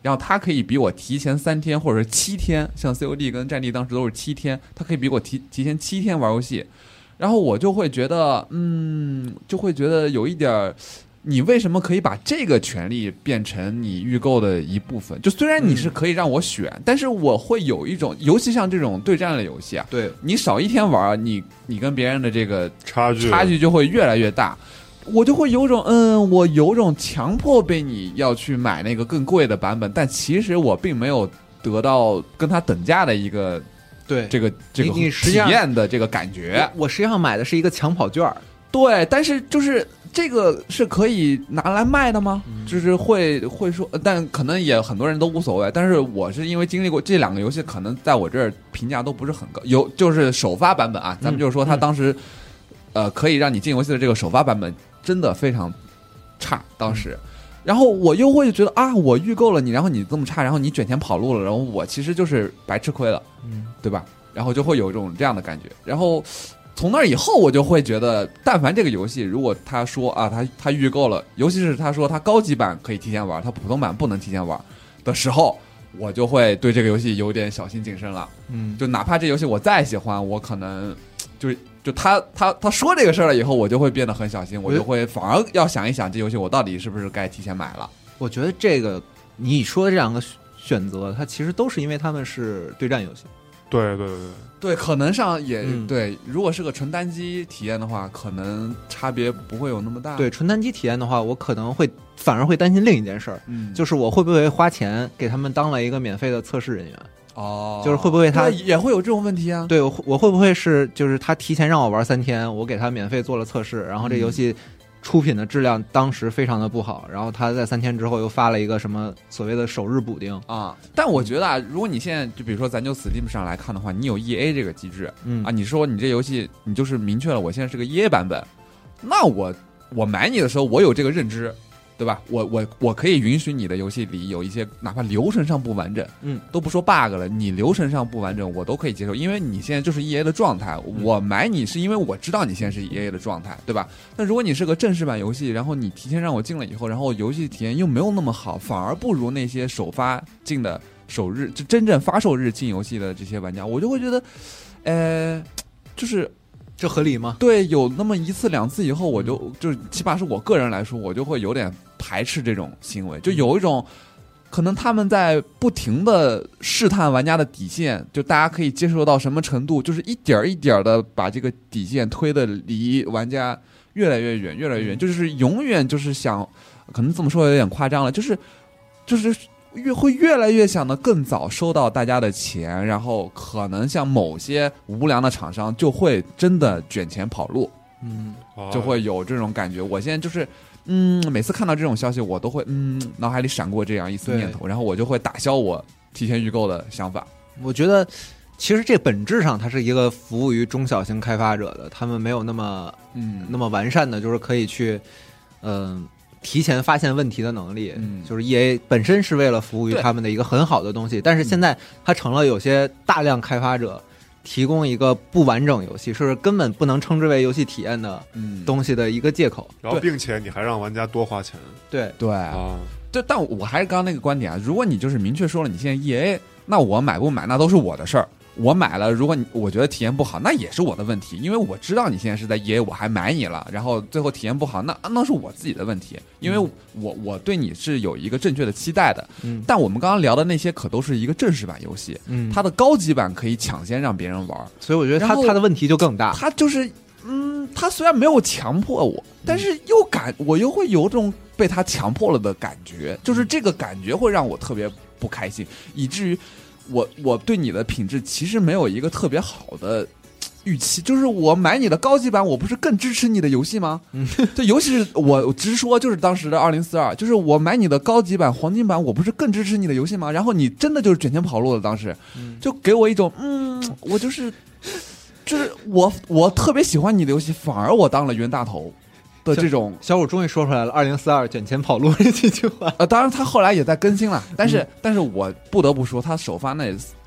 然后它可以比我提前3天或者是7天，像 COD 跟战地当时都是7天，它可以比我提前7天玩游戏，然后我就会觉得，就会觉得有一点。你为什么可以把这个权利变成你预购的一部分？就虽然你是可以让我选，但是我会有一种，尤其像这种对战类游戏啊， 对你少一天玩，你跟别人的这个差距就会越来越大。我就会有种，我有种强迫被你要去买那个更贵的版本，但其实我并没有得到跟它等价的一个对这个你体验的这个感觉。 我实际上买的是一个抢跑券， 对，但是就是这个是可以拿来卖的吗？就是会说，但可能也很多人都无所谓。但是我是因为经历过这2个游戏，可能在我这儿评价都不是很高。就是首发版本啊，咱们就是说它当时，可以让你进游戏的这个首发版本真的非常差，当时。然后我又会觉得啊，我预购了你，然后你这么差，然后你卷钱跑路了，然后我其实就是白吃亏了，对吧？然后就会有一种这样的感觉。然后从那以后，我就会觉得，但凡这个游戏，如果他说啊，他预购了，尤其是他说他高级版可以提前玩，他普通版不能提前玩的时候，我就会对这个游戏有点小心谨慎了。就哪怕这游戏我再喜欢，我可能就他说这个事儿了以后，我就会变得很小心，我就会反而要想一想，这游戏我到底是不是该提前买了。 我觉得这个你说的这2个选择，它其实都是因为他们是对战游戏。 对， 可能上也对。如果是个纯单机体验的话，可能差别不会有那么大。 对，纯单机体验的话，我可能反而会担心另一件事儿，就是我会不会花钱给他们当了一个免费的测试人员。就是会不会他也会有这种问题啊？ 对，我会不会是就是他提前让我玩3天，我给他免费做了测试，然后这游戏出品的质量当时非常的不好，然后他在3天之后又发了一个什么所谓的首日补丁啊。但我觉得啊，如果你现在就比如说咱就 Steam 上来看的话，你有 EA 这个机制，你说你这游戏你就是明确了我现在是个 EA 版本，那我买你的时候我有这个认知，对吧？我可以允许你的游戏里有一些哪怕流程上不完整，都不说 bug 了，你流程上不完整我都可以接受，因为你现在就是 EA 的状态，我买你是因为我知道你现在是 EA 的状态，对吧？那如果你是个正式版游戏，然后你提前让我进了以后，然后游戏体验又没有那么好，反而不如那些首发进的首日就真正发售日进游戏的这些玩家，我就会觉得，就是这合理吗？ 对，有那么1次2次以后，我就是起码是我个人来说，我就会有点排斥这种行为，就有一种可能他们在不停的试探玩家的底线，就大家可以接受到什么程度，就是一点一点的把这个底线推的离玩家越来越远，越来越远，就是永远就是想，可能这么说有点夸张了，就是会越来越想的更早收到大家的钱，然后可能像某些无良的厂商就会真的卷钱跑路，就会有这种感觉。我现在就是每次看到这种消息，我都会脑海里闪过这样一丝念头，然后我就会打消我提前预购的想法。 我觉得其实这本质上它是一个服务于中小型开发者的，他们没有那么完善的，就是可以去提前发现问题的能力，就是 EA 本身是为了服务于他们的一个很好的东西，但是现在它成了有些大量开发者提供一个不完整游戏，是根本不能称之为游戏体验的东西的一个借口。 然后并且你还让玩家多花钱。 对啊， 对，但我还是刚刚那个观点啊，如果你就是明确说了你现在 EA， 那我买不买那都是我的事儿。我买了，如果我觉得体验不好，那也是我的问题，因为我知道你现在是在 EA， 我还买你了，然后最后体验不好，那是我自己的问题，因为我对你是有一个正确的期待的。但我们刚刚聊的那些可都是一个正式版游戏，它的高级版可以抢先让别人玩， 所以我觉得它的问题就更大。 它就是他虽然没有强迫我，但是我又会有种被他强迫了的感觉，就是这个感觉会让我特别不开心，以至于我对你的品质其实没有一个特别好的预期，就是我买你的高级版，我不是更支持你的游戏吗？对，尤其是我直说，就是当时的2042，就是我买你的高级版黄金版，我不是更支持你的游戏吗？然后你真的就是卷钱跑路了，当时就给我一种我就是我特别喜欢你的游戏，反而我当了冤大头的这种。 小五终于说出来了2042卷钱跑路这句话。 当然他后来也在更新了，但是我不得不说，他首发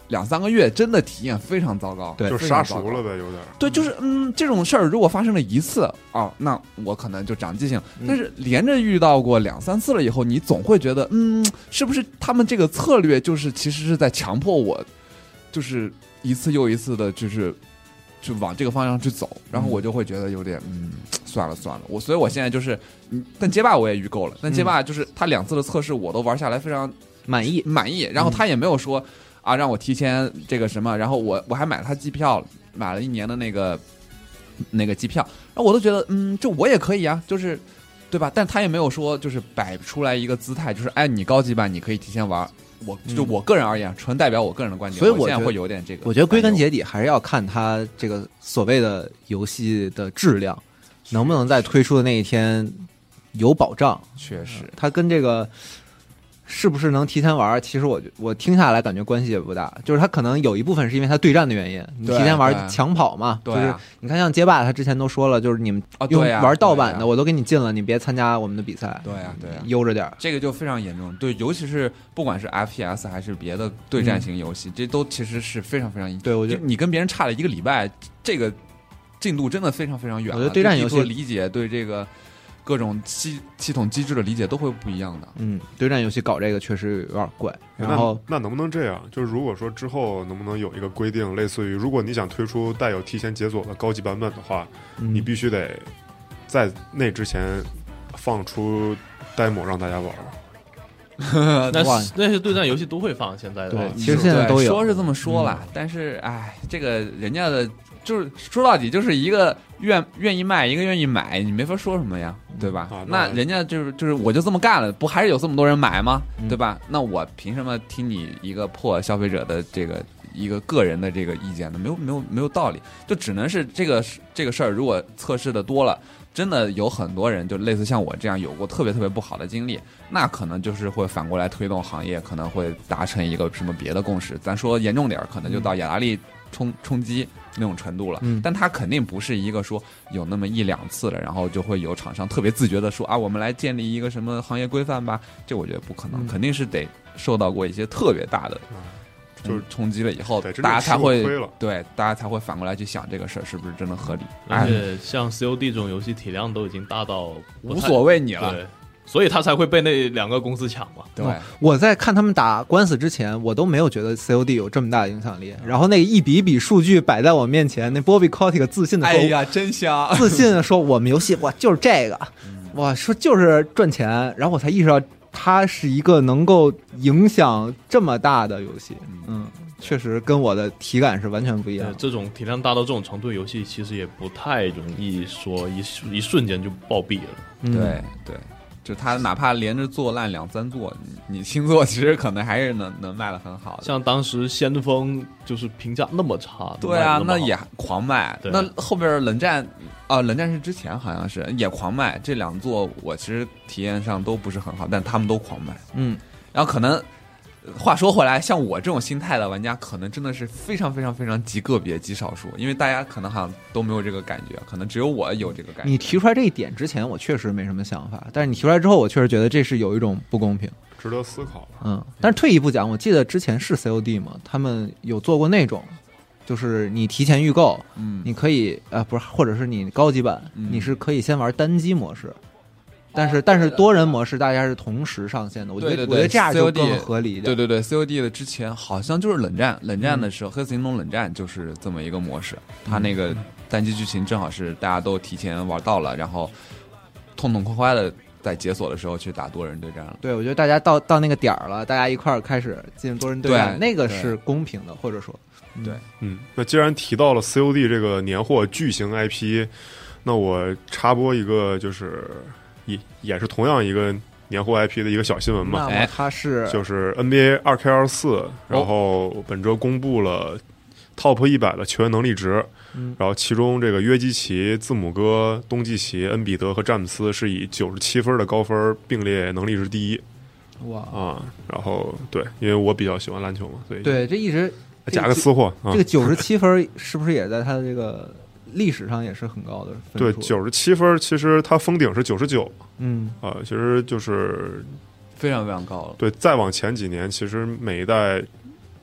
2-3个月，真的体验非常糟糕， 对， 就杀熟了呗，有点。 对，就是这种事儿如果发生了一次啊，那我可能就长记性。但是连着遇到过2-3次了以后，你总会觉得，是不是他们这个策略就是其实是在强迫我，就是一次又一次的，就往这个方向去走，然后我就会觉得有点算了，所以我现在就是，但街霸我也预购了，但街霸就是他2次的测试我都玩下来非常满意，然后他也没有说啊让我提前这个什么，然后我还买了他机票，买了1年的那个机票，然后我都觉得就我也可以啊，就是对吧？但他也没有说就是摆出来一个姿态，就是你高级版你可以提前玩。我个人而言，纯代表我个人的观点， 所以我现在会有点这个。 我觉得归根结底还是要看他这个所谓的游戏的质量，能不能在推出的那一天有保障。 确实， 他跟这个是不是能提前玩，其实我听下来感觉关系也不大。就是他可能有一部分是因为他对战的原因，你提前玩抢跑嘛。 对， 就是你看像街霸，他之前都说了，就是你们用玩盗版的，我都给你禁了，你别参加我们的比赛。 对呀， 悠着点。这个就非常严重。对，尤其是不管是 FPS 还是别的对战型游戏，这都其实是非常非常。 对，我觉得你跟别人差了1个礼拜，这个进度真的非常非常远了。 我觉得对战游戏理解对这个。各种系统机制的理解都会不一样的。 对战游戏搞这个确实有点怪。然后那能不能这样？就是如果说之后能不能有一个规定，类似于如果你想推出带有提前解锁的高级版本的话，你必须得在那之前放出 demo 让大家玩。 那些对战游戏都会放，现在的对，其实现在都有， 说是这么说啦，但是这个人家的。就是说到底就是一个愿意卖，一个愿意买，你没法说什么呀，对吧？那人家就是我就这么干了，不还是有这么多人买吗？对吧？那我凭什么听你一个破消费者的这个一个个人的这个意见呢？没有道理，就只能是这个事儿，如果测试的多了，真的有很多人就类似像我这样有过特别特别不好的经历，那可能就是会反过来推动行业，可能会达成一个什么别的共识。咱说严重点，可能就到雅达利冲击那种程度了，但它肯定不是一个说有那么1-2次了，然后就会有厂商特别自觉的说我们来建立一个什么行业规范吧，这我觉得不可能，肯定是得受到过一些特别大的就是冲击了以后，大家才会大家才会反过来去想这个事儿是不是真的合理。 而且像 COD 这种游戏体量都已经大到无所谓你了。 所以他才会被那2个公司抢嘛。 对， 我在看他们打官司之前，我都没有觉得 COD 有这么大的影响力。然后那一笔笔数据摆在我面前，那 Bobby Kotick 自信的说：“ 哎呀，真香！” 自信的说：“我们游戏哇就是这个，哇说就是赚钱。”然后我才意识到，它是一个能够影响这么大的游戏。确实跟我的体感是完全不一样。 这种体量大到这种程度，游戏其实也不太容易说一瞬间就暴毙了。 对。就他哪怕连着做烂2-3座，你新做其实可能还是能卖得很好的。 像当时先锋就是评价那么差， 对啊，那也狂卖。那后边冷战是之前好像是也狂卖，这2座我其实体验上都不是很好，但他们都狂卖。然后可能话说回来，像我这种心态的玩家，可能真的是非常非常非常极个别极少数，因为大家可能好像都没有这个感觉，可能只有我有这个感觉。 你提出来这一点之前，我确实没什么想法，但是你提出来之后，我确实觉得这是有一种不公平， 值得思考。 但是退一步讲，我记得之前是 COD 嘛，他们有做过那种，就是你提前预购，你可以不是，或者是你高级版，你是可以先玩单机模式。但是多人模式大家是同时上线的，我觉得这样就更合理一点。 对 COD 的之前好像就是冷战的时候，黑色行动冷战就是这么一个模式，它那个单机剧情正好是大家都提前玩到了，然后痛痛快快的在解锁的时候去打多人对战了。 对，我觉得大家到那个点儿了，大家一块儿开始进入多人对战，那个是公平的，或者说对， 那既然提到了 COD 这个年货巨型 IP， 那我插播一个就是也是同样一个年货 IP 的一个小新闻嘛。 它是就是 NBA 2K24，然后本周公布了 Top 100的球员能力值，然后其中这个约基奇、字母哥、东契奇、恩比德和詹姆斯是以97分的高分并列能力值第一。 哇然后对，因为我比较喜欢篮球嘛，所以对这一直加个私货。 这个97分是不是也在他的这个历史上也是很高的分数？ 对，97分，其实它封顶是99。其实就是非常非常高了。 对，再往前几年，其实每一代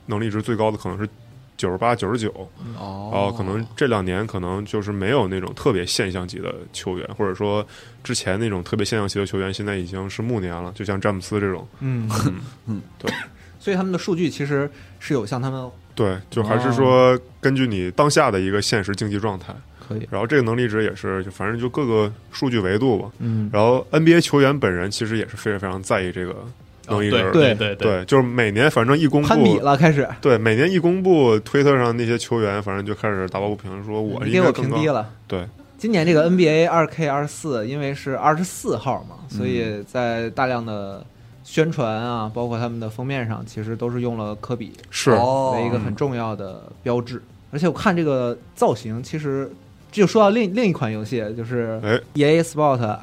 能力值最高的可能是98、99，然后可能这2年可能就是没有那种特别现象级的球员，或者说之前那种特别现象级的球员，现在已经是暮年了，就像詹姆斯这种。对。 所以他们的数据其实是有像他们对，就还是说根据你当下的一个现实竞技状态。 可以， 然后这个能力值也是，就反正就各个数据维度吧。然后 NBA 球员本人其实也是非常非常在意这个能力值。 对， 就是每年反正一公布攀比了，开始。 对，每年一公布，推特上那些球员反正就开始打抱不平，说我你给我评低了。 对， 今年这个 NBA 2K24因为是24号嘛，所以在大量的宣传啊，包括他们的封面上，其实都是用了科比是为一个很重要的标志。而且我看这个造型，其实这就说到另一款游戏，就是 EA Sport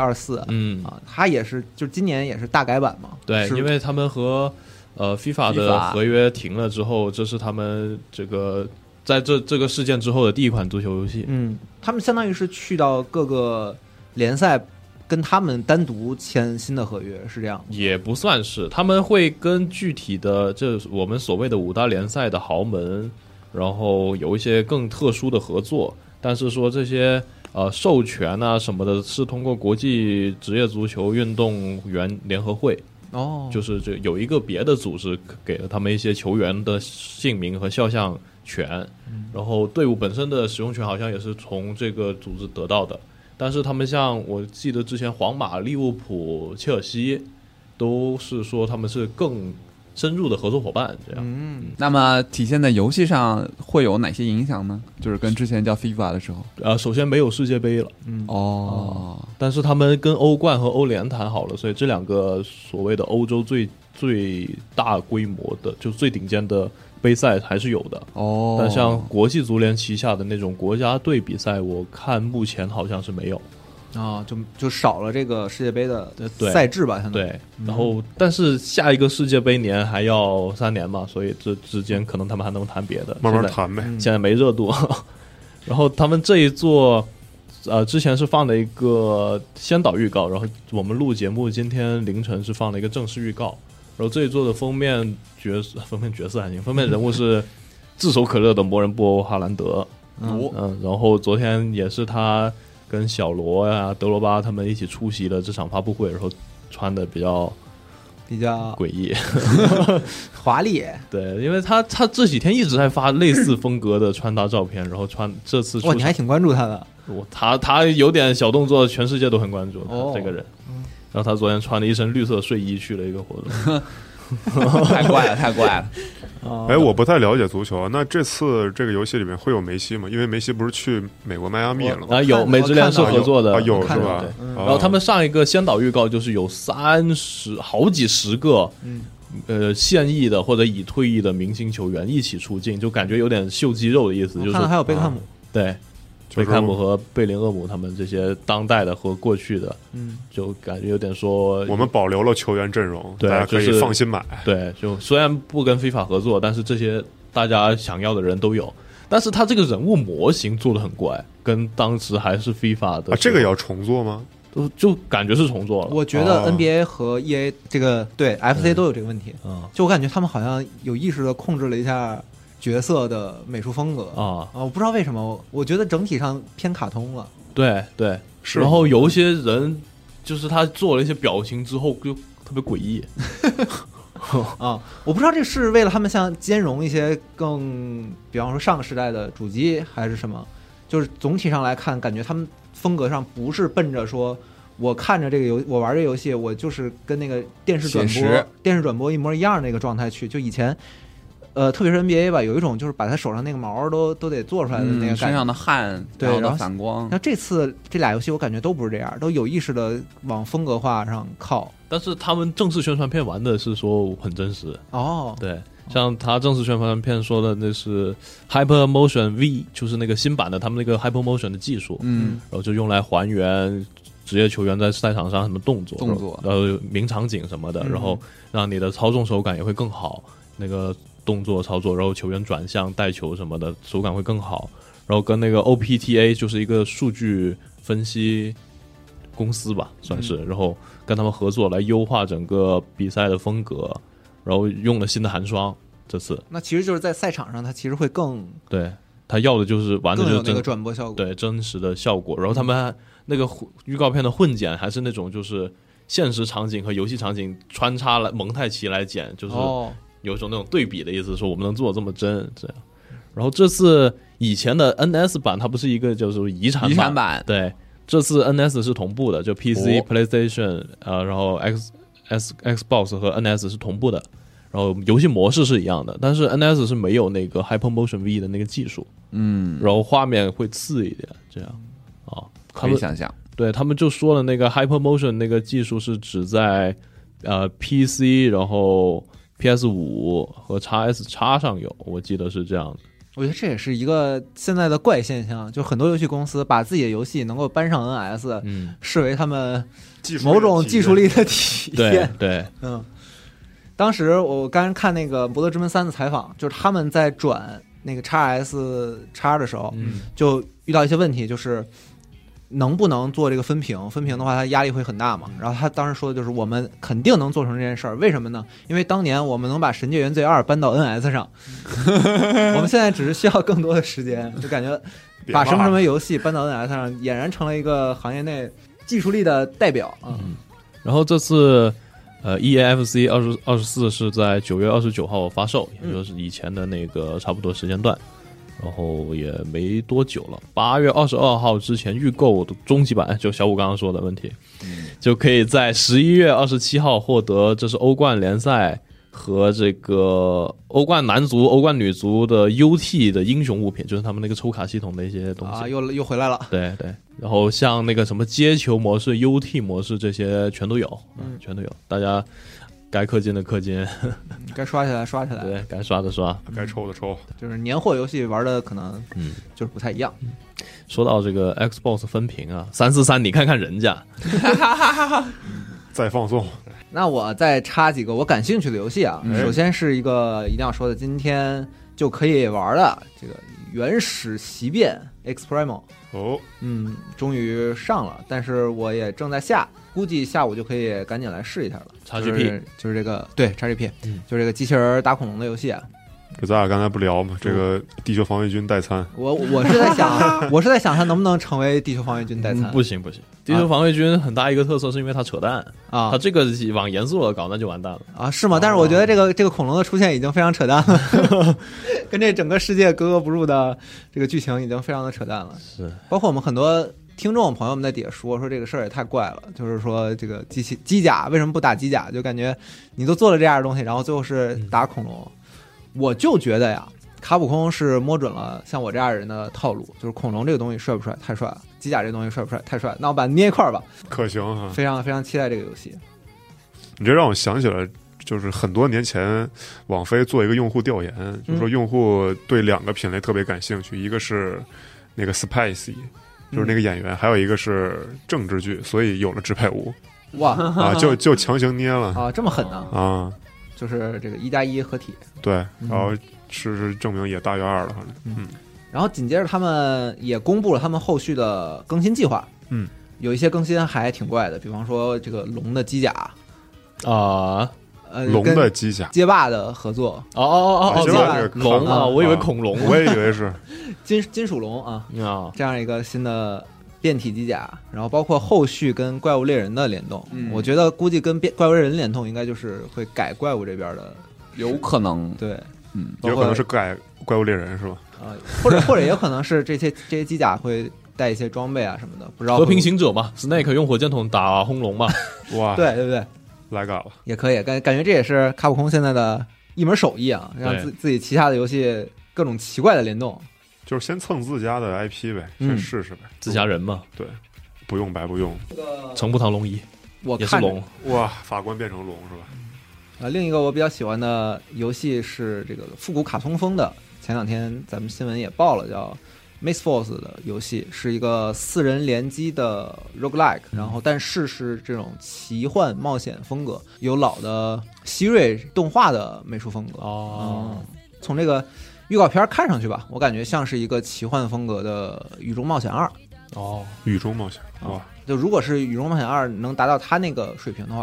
FC24，它也是就是今年也是大改版嘛。 对，因为他们和FIFA 的合约停了之后，这是他们这个在这个事件之后的第一款足球游戏。 他们相当于是去到各个联赛跟他们单独签新的合约，是这样吗？ 也不算是，他们会跟具体的这我们所谓的5大联赛的豪门，然后有一些更特殊的合作，但是说这些授权啊什么的，是通过国际职业足球运动员联合会。就是这有一个别的组织给了他们一些球员的姓名和肖像权，然后队伍本身的使用权好像也是从这个组织得到的。但是他们像我记得之前皇马、利物浦、切尔西都是说他们是更深入的合作伙伴，这样。 那么体现在游戏上会有哪些影响呢？就是跟之前叫 FIFA 的时候， 首先没有世界杯了，但是他们跟欧冠和欧联谈好了，所以这2个所谓的欧洲最大规模的，就最顶尖的杯赛还是有的。但像国际足联旗下的那种国家队比赛，我看目前好像是没有。 就少了这个世界杯的赛制吧，相当于。 对，然后但是下一个世界杯年还要3年嘛，所以这之间可能他们还能谈别的， 慢慢谈呗。 现在没热度。然后他们这一座，之前是放了一个先导预告，然后我们录节目今天凌晨是放了一个正式预告。然后这一座的封面角色还行，封面人物是炙手可热的魔人布欧哈兰德。然后昨天也是他跟小罗呀、德罗巴他们一起出席了这场发布会，然后穿的比较诡异华丽。 对，因为他这几天一直在发类似风格的穿搭照片，然后这次你还挺关注他的。 他有点小动作，全世界都很关注这个人。然后他昨天穿了一身绿色睡衣去了一个活动。 太怪了。 我不太了解足球，那这次这个游戏里面会有梅西吗？因为梅西不是去美国迈阿密了吗？ 有美职联是合作的， 有是吧？ 然后他们上一个先导预告就是有好几十个现役的或者已退役的明星球员一起出镜，就感觉有点秀肌肉的意思。就是看到还有贝克汉姆， 对。贝克汉姆和贝林厄姆他们这些当代的和过去的，就感觉有点说我们保留了球员阵容， 对， 大家可以放心买。 对，就虽然不跟 FIFA 合作，但是这些大家想要的人都有。但是他这个人物模型做的很怪，跟当时还是 FIFA 的这个要重做吗？ 就感觉是重做了。 我觉得 NBA 和 EA 这个对 FC 都有这个问题。就我感觉他们好像有意识的控制了一下角色的美术风格我不知道为什么，我觉得整体上偏卡通了。 对，是。然后有一些人就是他做了一些表情之后就特别诡异。 我不知道这是为了他们像兼容一些更，比方说上个时代的主机还是什么，就是总体上来看，感觉他们风格上不是奔着说我看着这个我玩这个游戏，我就是跟那个电视转播一模一样那个状态去。就以前特别是 NBA 吧，有一种就是把他手上那个毛都得做出来的那个感觉， 身上的汗， 对， 然后反光。 那这次这俩游戏我感觉都不是这样，都有意识的往风格化上靠。 但是他们正式宣传片玩的是说很真实对，像他正式宣传片说的那是 Hyper Motion V， 就是那个新版的他们那个 Hyper Motion 的技术，然后就用来还原职业球员在赛场上什么动作，然后名场景什么的，然后让你的操纵手感也会更好，那个动作操作，然后球员转向带球什么的手感会更好，然后跟那个 OPTA 就是一个数据分析公司吧算是，然后跟他们合作来优化整个比赛的风格，然后用了新的寒霜， 这次。 那其实就是在赛场上，它其实会更对，他要的就是完全就是更有那个转播效果， 对真实的效果。然后他们那个预告片的混剪还是那种就是现实场景和游戏场景穿插了蒙太奇来剪，就是有一种那种对比的意思，说我们能做这么真这样。然后这次以前的 NS 版它不是一个就是遗产版，对，这次 NS 是同步的，就 PC、PlayStation 然后 Xbox 和 NS 是同步的。然后游戏模式是一样的，但是 NS 是没有那个 HyperMotion V 的那个技术，然后画面会次一点，这样啊， 可以想象。 对，他们就说了，那个 HyperMotion 那个技术是只在PC， 然后 PS5 和 XS 上有，我记得是这样的。 我觉得这也是一个现在的怪现象，就很多游戏公司把自己的游戏能够搬上 NS，视为他们某种技术力的体现。 对， 当时我刚看那个《博德之门3》的采访，就是他们在转那个 XS 的时候，就遇到一些问题，就是能不能做这个分屏？分屏的话，它压力会很大嘛。然后他当时说的就是，我们肯定能做成这件事儿。为什么呢？因为当年我们能把《神界原罪2》搬到 NS 上，我们现在只是需要更多的时间，就感觉把什么什么游戏搬到 NS 上，俨然成了一个行业内技术力的代表啊。 然后这次。EAFC 24是在9月29号发售，也就是以前的那个差不多时间段，然后也没多久了。8月22号之前预购的终极版，就小五刚刚说的问题，就可以在11月27号获得，这是欧冠联赛和这个欧冠男足、欧冠女足的 UT 的英雄物品，就是他们那个抽卡系统的一些东西又回来了。 对对，然后像那个什么接球模式、UT 模式这些全都有，全都有。大家该氪金的氪金， 该刷起来刷起来， 对，该刷的刷， 该抽的抽。 就是年货游戏玩的可能就是不太一样。 说到这个 Xbox 分屏啊，343，你看看人家， 再放送。 那我再插几个我感兴趣的游戏啊。首先是一个一定要说的，今天就可以玩的这个《原始袭变 X-Primal》。终于上了，但是我也正在下，估计下午就可以赶紧来试一下了。 XGP 就是这个对 XGP，就是这个机器人打恐龙的游戏啊。 这咱俩刚才不聊吗？这个地球防卫军代餐， 我是在想，我是在想它能不能成为地球防卫军代餐？ 不行，地球防卫军很大一个特色是因为它扯淡啊， 它这个往严肃了搞，那就完蛋了啊，是吗？但是我觉得这个恐龙的出现已经非常扯淡了，跟这整个世界格格不入的这个剧情已经非常的扯淡了。 是， 包括我们很多听众朋友们在底下说这个事儿也太怪了，就是说这个机甲为什么不打机甲？就感觉你都做了这样的东西，然后最后是打恐龙。我就觉得呀，卡普空是摸准了像我这样人的套路，就是恐龙这个东西帅不帅？太帅了。机甲这个东西帅不帅？太帅了。那我把它捏一块儿吧。 可行啊！ 非常非常期待这个游戏。 你这让我想起了，就是很多年前网飞做一个用户调研，就是说用户对2个品类特别感兴趣，一个是那个 Spicy， 就是那个演员，还有一个是政治剧，所以有了直派五。 哇啊，就强行捏了啊，这么狠呢啊！ 就是这个1+1合体， 对，然后是证明也大于2了，反正然后紧接着他们也公布了他们后续的更新计划，有一些更新还挺怪的，比方说这个龙的机甲啊， 龙的机甲街霸的合作， 街霸这个龙啊，我以为恐龙， 我也以为是金属龙啊，这样一个新的变体机甲，然后包括后续跟怪物猎人的联动，我觉得估计跟怪物猎人联动应该就是会改怪物这边的， 有可能， 对， 有可能是改怪物猎人是吧？ 或者也可能是这些机甲会带一些装备啊什么的，不知道。 和平行者嘛 ，Snake 用火箭筒打轰龙嘛， 哇， 对， 来嘎了， 也可以，感觉这也是卡普空现在的一门手艺啊，让自己旗下的游戏各种奇怪的联动。 就是先蹭自家的 IP 呗，先试试呗， 自家人嘛， 对，不用白不用。 程步堂龙一， 我也是龙， 哇，法官变成龙是吧？ 另一个我比较喜欢的游戏是这个复古卡通风的，前2天咱们新闻也报了，叫 Mistforce 的游戏，是一个4人联机的 roguelike， 然后但是这种奇幻冒险风格，有老的希瑞动画的美术风格从这个预告片看上去吧，我感觉像是一个奇幻风格的《雨中冒险2》 雨中冒险哇！ 就如果是《雨中冒险2》能达到它那个水平的话，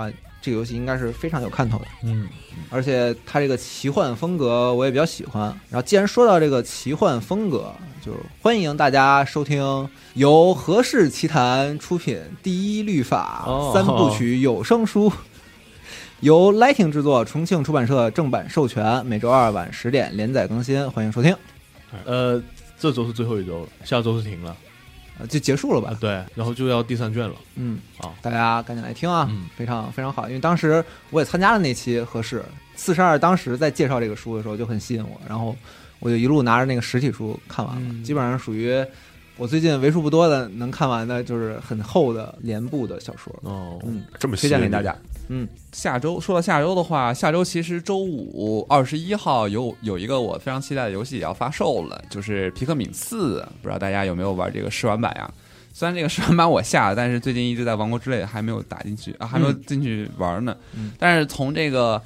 这个游戏应该是非常有看头的。而且它这个奇幻风格我也比较喜欢。然后既然说到这个奇幻风格，就欢迎大家收听由和氏奇谈出品第一律法3部曲有声书，由 Lighting 制作，重庆出版社正版授权，每周2晚10点连载更新，欢迎收听。 这周是最后一周了，下周是停了。 就结束了吧？ 对，然后就要第3卷了。 大家赶紧来听啊！非常非常好，因为当时我也参加了那期合适42，当时在介绍这个书的时候就很吸引我，然后我就一路拿着那个实体书看完了，基本上属于我最近为数不多的能看完的，就是很厚的连部的小说。 这么推荐给大家。 下周说到下周的话，下周其实周5 21号有一个我非常期待的游戏也要发售了，就是皮克敏4，不知道大家有没有玩这个试玩版呀？虽然这个试玩版我下了，但是最近一直在王国之泪还没有打进去啊，还没有进去玩呢。但是从这个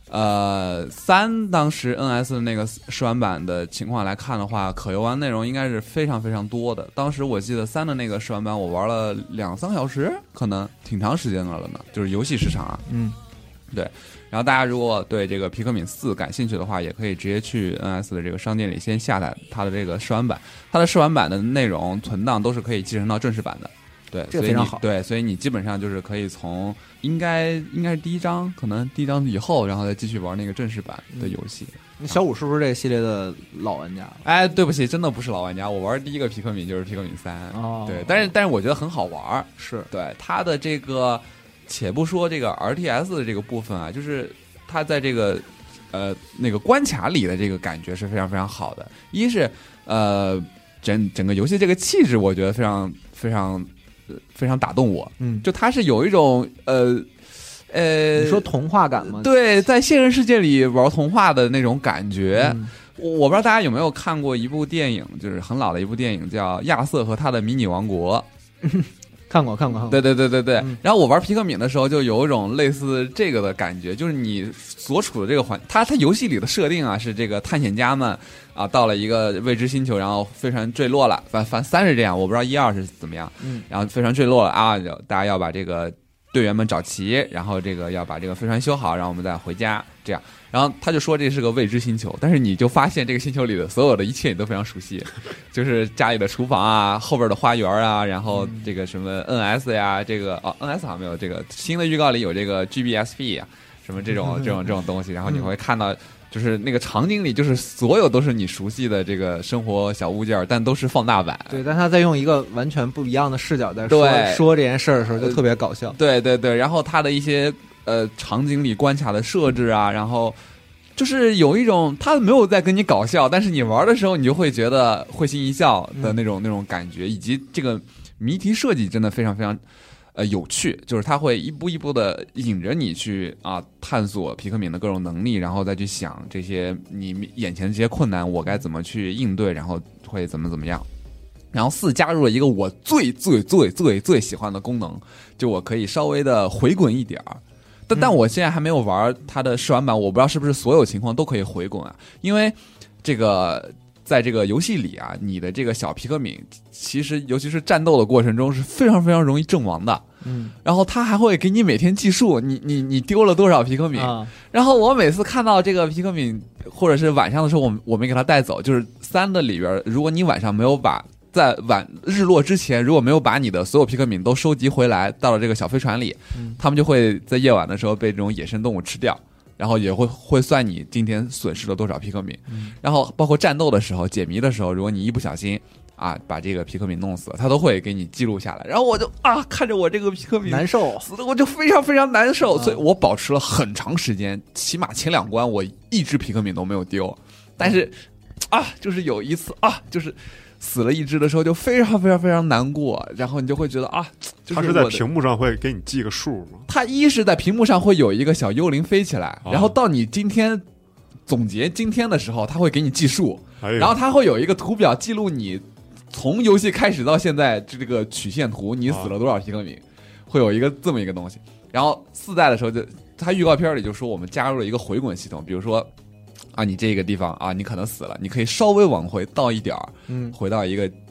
3当时 NS 的那个试玩版的情况来看的话，可游玩内容应该是非常非常多的。当时我记得3的那个试玩版我玩了2-3小时，可能挺长时间的了呢，就是游戏时长啊。对。然后大家如果对这个皮克敏4感兴趣的话，也可以直接去 NS 的这个商店里先下载它的这个试玩版，它的试玩版的内容存档都是可以继承到正式版的。对， 这个非常好。 对，所以你基本上就是可以从应该是第1章，可能第1章以后，然后再继续玩那个正式版的游戏。 小五是不是这个系列的老玩家？ 哎，对不起，真的不是老玩家，我玩第一个皮克敏就是皮克敏3。对，但是我觉得很好玩， 是对它的这个，且不说这个 RTS 的这个部分啊，就是它在这个那个关卡里的这个感觉是非常非常好的。一是整个游戏这个气质，我觉得非常非常非常打动我。就它是有一种你说童话感吗？ 对，在现实世界里玩童话的那种感觉。我不知道大家有没有看过一部电影，就是很老的一部电影，叫《亚瑟和他的迷你王国》。 看过。 对。然后我玩皮克敏的时候，就有一种类似这个的感觉，就是你所处的这个它游戏里的设定啊，是这个探险家们啊到了一个未知星球，然后飞船坠落了。反正3是这样，我不知道1、2是怎么样。然后飞船坠落了啊，大家要把这个队员们找齐，然后这个要把这个飞船修好，然后我们再回家。这样，然后他就说这是个未知星球，但是你就发现这个星球里的所有的一切你都非常熟悉，就是家里的厨房啊，后边的花园啊，然后这个什么 NS 呀，这个NS 好像没有，这个新的预告里有这个 GBSP 啊，什么这种东西，然后你会看到。就是那个场景里，就是所有都是你熟悉的这个生活小物件，但都是放大版。 对，但他在用一个完全不一样的视角在说这件事的时候，就特别搞笑。 对，然后他的一些场景里关卡的设置啊，然后就是有一种他没有在跟你搞笑，但是你玩的时候你就会觉得会心一笑的那种感觉，以及这个谜题设计真的非常非常。有趣，就是它会一步一步的引着你去探索皮克敏的各种能力，然后再去想这些你眼前的这些困难，我该怎么去应对，然后会怎么样。然后4加入了一个我最喜欢的功能，就我可以稍微的回滚一点儿。但我现在还没有玩它的试玩版，我不知道是不是所有情况都可以回滚啊，因为这个。在这个游戏里啊，你的这个小皮克敏其实尤其是战斗的过程中是非常非常容易阵亡的。然后他还会给你每天计数，你丢了多少皮克敏。然后我每次看到这个皮克敏，或者是晚上的时候我没给他带走，就是3的里边，如果你晚上没有把在日落之前，如果没有把你的所有皮克敏都收集回来到了这个小飞船里，他们就会在夜晚的时候被这种野生动物吃掉。然后也会算你今天损失了多少皮克敏，然后包括战斗的时候、解谜的时候，如果你一不小心把这个皮克敏弄死了，他都会给你记录下来。然后我就看着我这个皮克敏难受死的，我就非常非常难受，所以我保持了很长时间，起码前2关我一只皮克敏都没有丢。但是就是有一次就是死了一只的时候就非常非常非常难过，然后你就会觉得他是在屏幕上会给你记个数吗？ 他一是在屏幕上会有一个小幽灵飞起来，然后到你今天总结今天的时候，他会给你计数，然后他会有一个图表记录你从游戏开始到现在这个曲线图，你死了多少皮克敏，会有一个这么一个东西。然后4代的时候就他预告片里就说我们加入了一个回滚系统，比如说你这个地方你可能死了，你可以稍微往回倒一点回到一个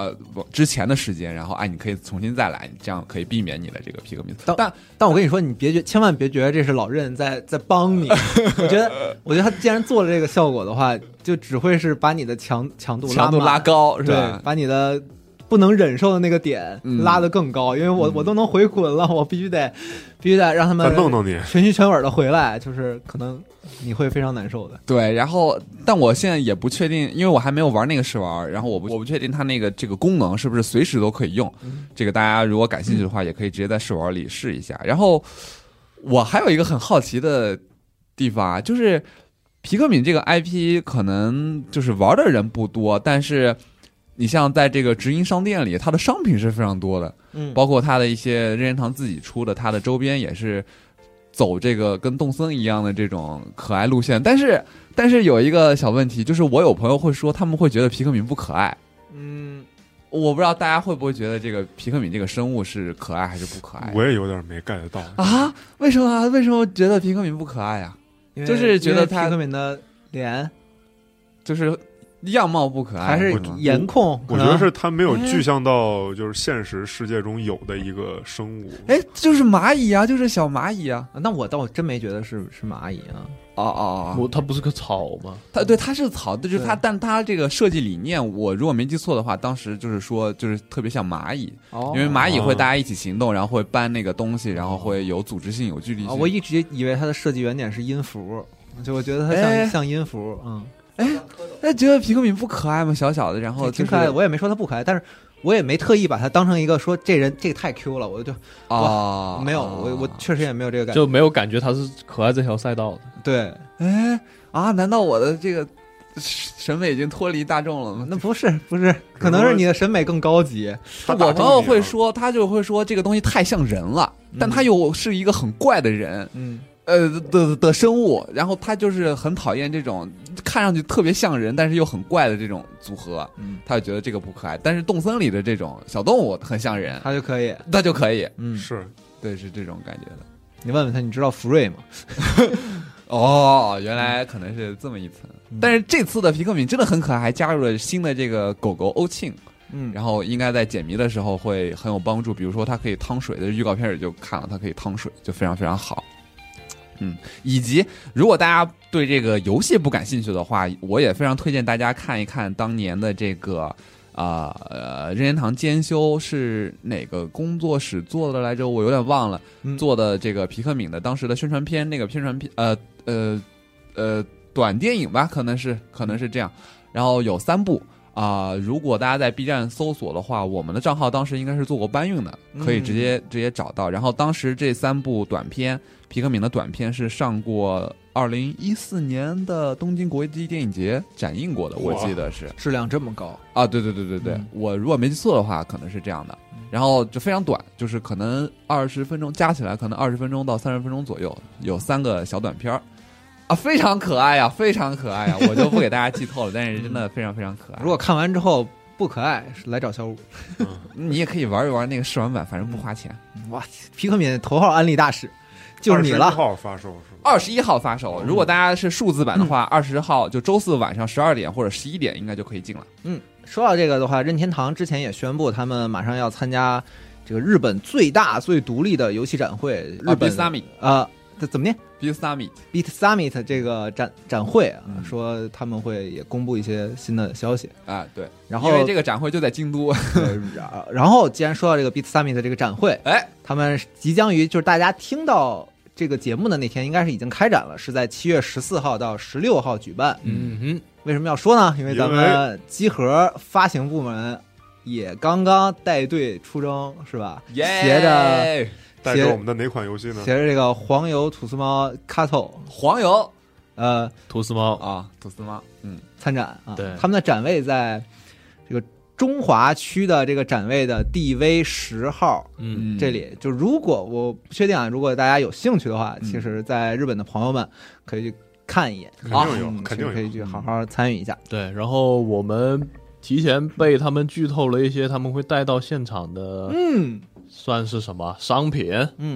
之前的时间，然后你可以重新再来，这样可以避免你的这个皮克敏。 但我跟你说，你千万别觉得这是老任在帮你。我觉得他既然做了这个效果的话，就只会是把你的强度拉高，是吧？ 对，把你的不能忍受的那个点拉得更高，因为我都能回滚了，我必须得让他们弄你全心全意的回来，就是可能你会非常难受的。 对，然后但我现在也不确定，因为我还没有玩那个试玩，然后我不确定它那个这个功能是不是随时都可以用。这个大家如果感兴趣的话，也可以直接在试玩里试一下。然后我还有一个很好奇的地方啊，就是皮克敏这个 IP 可能就是玩的人不多，但是你像在这个直营商店里，它的商品是非常多的，包括它的一些任天堂自己出的，它的周边也是走这个跟动森一样的这种可爱路线。但是有一个小问题，就是我有朋友会说，他们会觉得皮克敏不可爱。我不知道大家会不会觉得这个皮克敏这个生物是可爱还是不可爱？ 我也有点没 get 到啊！为什么觉得皮克敏不可爱啊？就是觉得皮克敏的脸就是样貌不可爱， 还是颜控？ 我觉得是他没有具象到就是现实世界中有的一个生物。 就是蚂蚁啊，就是小蚂蚁啊。 那我倒真没觉得是蚂蚁啊。 它不是个草吗？ 它是草，就是它，但它这个设计理念，我如果没记错的话，当时就是说，就是特别像蚂蚁，因为蚂蚁会大家一起行动，然后会搬那个东西，然后会有组织性、有距离性。 我一直以为它的设计原点是音符，就我觉得它像音符。 觉得皮克敏不可爱吗？小小的，然后挺可爱的。我也没说它不可爱，但是我也没特意把它当成一个说这个太 Q 了，我就没有，我确实也没有这个感觉， 就没有感觉它是可爱这条赛道的。 对， 难道我的这个审美已经脱离大众了吗？ 那不是，可能是你的审美更高级。 我朋友会说，他就会说这个东西太像人了，但他又是一个很怪的人。的生物，然后他就是很讨厌这种看上去特别像人但是又很怪的这种组合，他就觉得这个不可爱。但是动森里的这种小动物很像人， 他就可以， 是对，是这种感觉的。 你问问他，你知道福瑞吗？ 原来可能是这么一层。但是这次的皮克敏真的很可爱，还加入了新的这个狗狗欧庆。然后应该在解谜的时候会很有帮助，比如说它可以趟水的预告片里就看了，它可以趟水，就非常非常好。以及如果大家对这个游戏不感兴趣的话，我也非常推荐大家看一看当年的这个任天堂监修是哪个工作室做的来着，我有点忘了，做的这个皮克敏的当时的宣传片，那个宣传片短电影吧，可能是这样，然后有3部。如果大家在 B 站搜索的话，我们的账号当时应该是做过搬运的，可以直接找到。然后当时这3部短片，皮克敏的短片是上过2014年的东京国际电影节展映过的，我记得是质量这么高啊！对，我如果没记错的话，可能是这样的。然后就非常短，就是可能20分钟，加起来可能20分钟到30分钟左右，有3个小短片非常可爱呀，非常可爱呀！我就不给大家剧透了，但是真的非常非常可爱。 如果看完之后不可爱，来找小五。 你也可以玩一玩那个试玩版，反正不花钱。 哇，皮克敏头号安利大使就是你了。 21号发售是吧？21号发售。如果大家是数字版的话，20号就周4晚上12点或者11点应该就可以进了。 说到这个的话，任天堂之前也宣布他们马上要参加这个日本最大最独立的游戏展会——日本 Summit 怎么念 ？Beat Summit 这个展会说他们会也公布一些新的消息对， 然后因为这个展会就在京都， 然后既然说到这个 Beat Summit 这个展会，他们即将于就是大家听到这个节目的那天，应该是已经开展了，是在7月14号到16号举办。为什么要说呢？因为咱们机核发行部门也刚刚带队出征，是吧？ 带着我们的哪款游戏呢？ 写着这个黄油吐司猫卡透， 黄油吐司猫吐司猫参展对， 他们的展位在这个中华区的这个展位的 DV10号，这里就如果我不确定如果大家有兴趣的话，其实在日本的朋友们可以去看一眼， 肯定有， 可以去好好参与一下。 对，然后我们提前被他们剧透了一些他们会带到现场的，算是什么商品？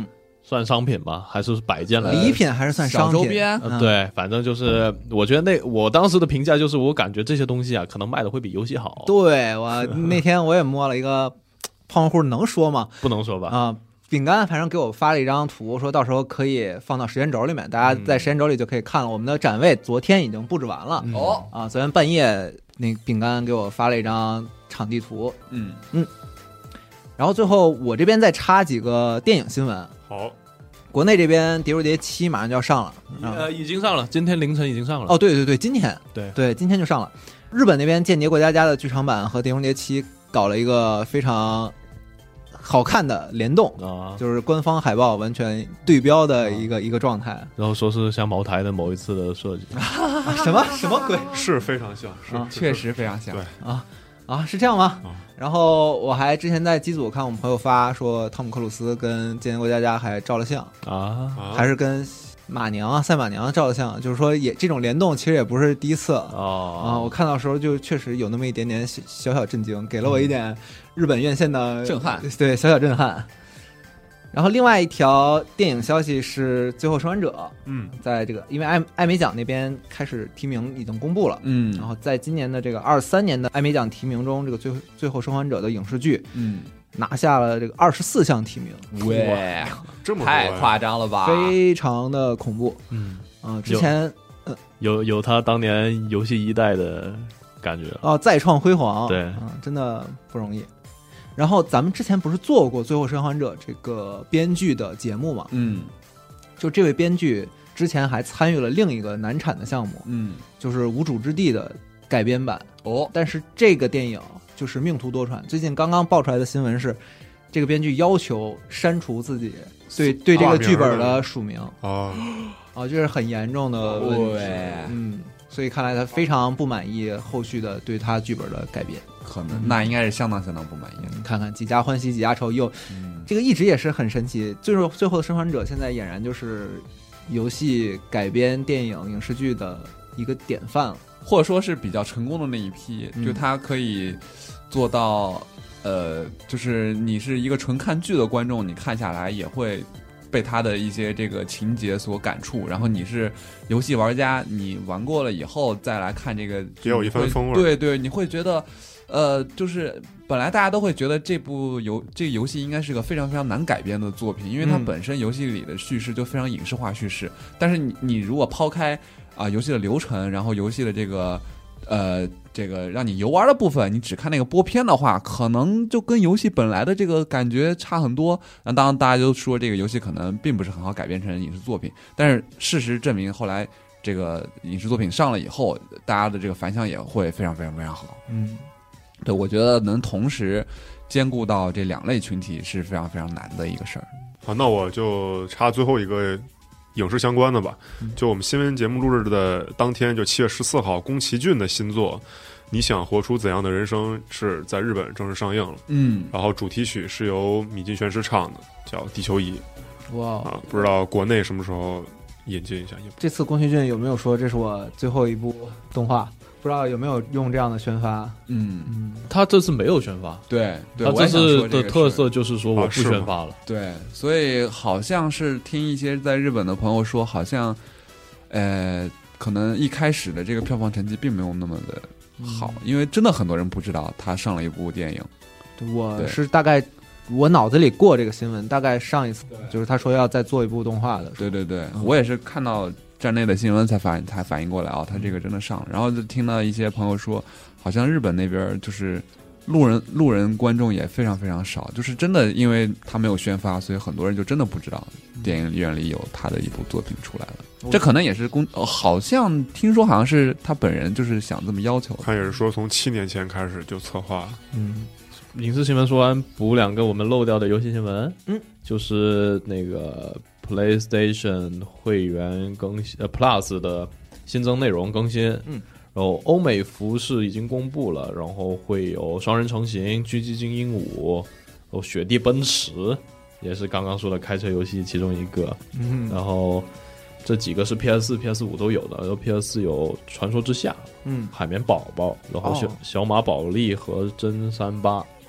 算商品吧，还是摆件来礼品还是算商品小周边对，反正就是我觉得我当时的评价就是，我感觉这些东西啊，可能卖的会比游戏好。 对，我那天我也摸了一个胖乎，能说吗？ 不能说吧？ 啊，饼干反正给我发了一张图，说到时候可以放到时间轴里面，大家在时间轴里就可以看了。我们的展位昨天已经布置完了啊，昨天半夜那饼干给我发了一张场地图，然后最后我这边再插几个电影新闻。 好， 国内这边《碟中谍7》马上就要上了， 已经上了，今天凌晨已经上了。 哦，对，今天， 对， 今天就上了。日本那边《间谍过家家》的剧场版和《碟中谍7》搞了一个非常好看的联动啊， 就是官方海报完全对标的一个状态。 然后说是像茅台的某一次的设计， 什么鬼？ 是非常像， 确实非常像。 对是这样吗？然后我还之前在机组看我们朋友发说，汤姆克鲁斯跟《间谍过家家》还照了相还是跟赛马娘照了相，就是说也这种联动其实也不是第一次我看到的时候就确实有那么一点点小震惊，给了我一点日本院线的震撼， 对，小震撼。然后另外一条电影消息是《最后生还者》，在这个因为艾美奖那边开始提名已经公布了，然后在今年的这个23年的艾美奖提名中，这个最后生还者的影视剧，拿下了这个24项提名， 喂， 这么太夸张了吧， 非常的恐怖，之前有他当年游戏1代的感觉再创辉煌， 对， 真的不容易。然后咱们之前不是做过《最后生还者》这个编剧的节目嘛？就这位编剧之前还参与了另一个难产的项目，就是《无主之地》的改编版但是这个电影就是命途多舛。最近刚刚爆出来的新闻是，这个编剧要求删除自己对这个剧本的署名这是很严重的问题。所以看来他非常不满意后续的对他剧本的改编， 可能那应该是相当不满意。 看看几家欢喜几家愁，这个一直也是很神奇。最后的生还者现在俨然就是游戏改编电影影视剧的一个典范了， 或者说是比较成功的那一批，就他可以做到就是你是一个纯看剧的观众，你看下来也会被他的一些这个情节所感触，然后你是游戏玩家，你玩过了以后再来看这个也有一番风味。 对，你会觉得就是本来大家都会觉得这个游戏应该是个非常非常难改编的作品，因为它本身游戏里的叙事就非常影视化叙事，但是你如果抛开游戏的流程，然后游戏的这个让你游玩的部分，你只看那个播片的话，可能就跟游戏本来的这个感觉差很多。那当然大家都说这个游戏可能并不是很好改编成影视作品，但是事实证明后来这个影视作品上了以后，大家的这个反响也会非常非常非常好。对，我觉得能同时兼顾到这两类群体是非常非常难的一个事儿。 好，那我就插最后一个影视相关的吧。就我们新闻节目录制的当天，就7月14号，宫崎骏的新作《你想活出怎样的人生》是在日本正式上映了。然后主题曲是由米津玄师唱的，叫《地球仪》。哇不知道国内什么时候引进一下。 这次宫崎骏有没有说这是我最后一部动画？不知道有没有用这样的宣发？ 他这次没有宣发。 对， 他这次的特色就是说我不宣发了。 对，所以好像是听一些在日本的朋友说，好像可能一开始的这个票房成绩并没有那么的好，因为真的很多人不知道他上了一部电影。 我是大概我脑子里过这个新闻，大概上一次就是他说要再做一部动画的。 对，我也是看到站内的新闻才反应过来他这个真的上了，然后就听到一些朋友说，好像日本那边就是路人观众也非常非常少，就是真的因为他没有宣发，所以很多人就真的不知道电影院里有他的一部作品出来了。这可能也是好像听说好像是他本人就是想这么要求， 他也是说从7年前开始就策划。 影视新闻说完，补2个我们漏掉的游戏新闻。就是那个 PlayStation 会员更新Plus 的新增内容更新。然后欧美服饰已经公布了，然后会有双人成行、狙击精英5，然后雪地奔驰也是刚刚说的开车游戏其中一个。然后这几个是 PS4、PS5 都有的。然后 PS4 有传说之下，海绵宝宝，然后小马宝莉和真38。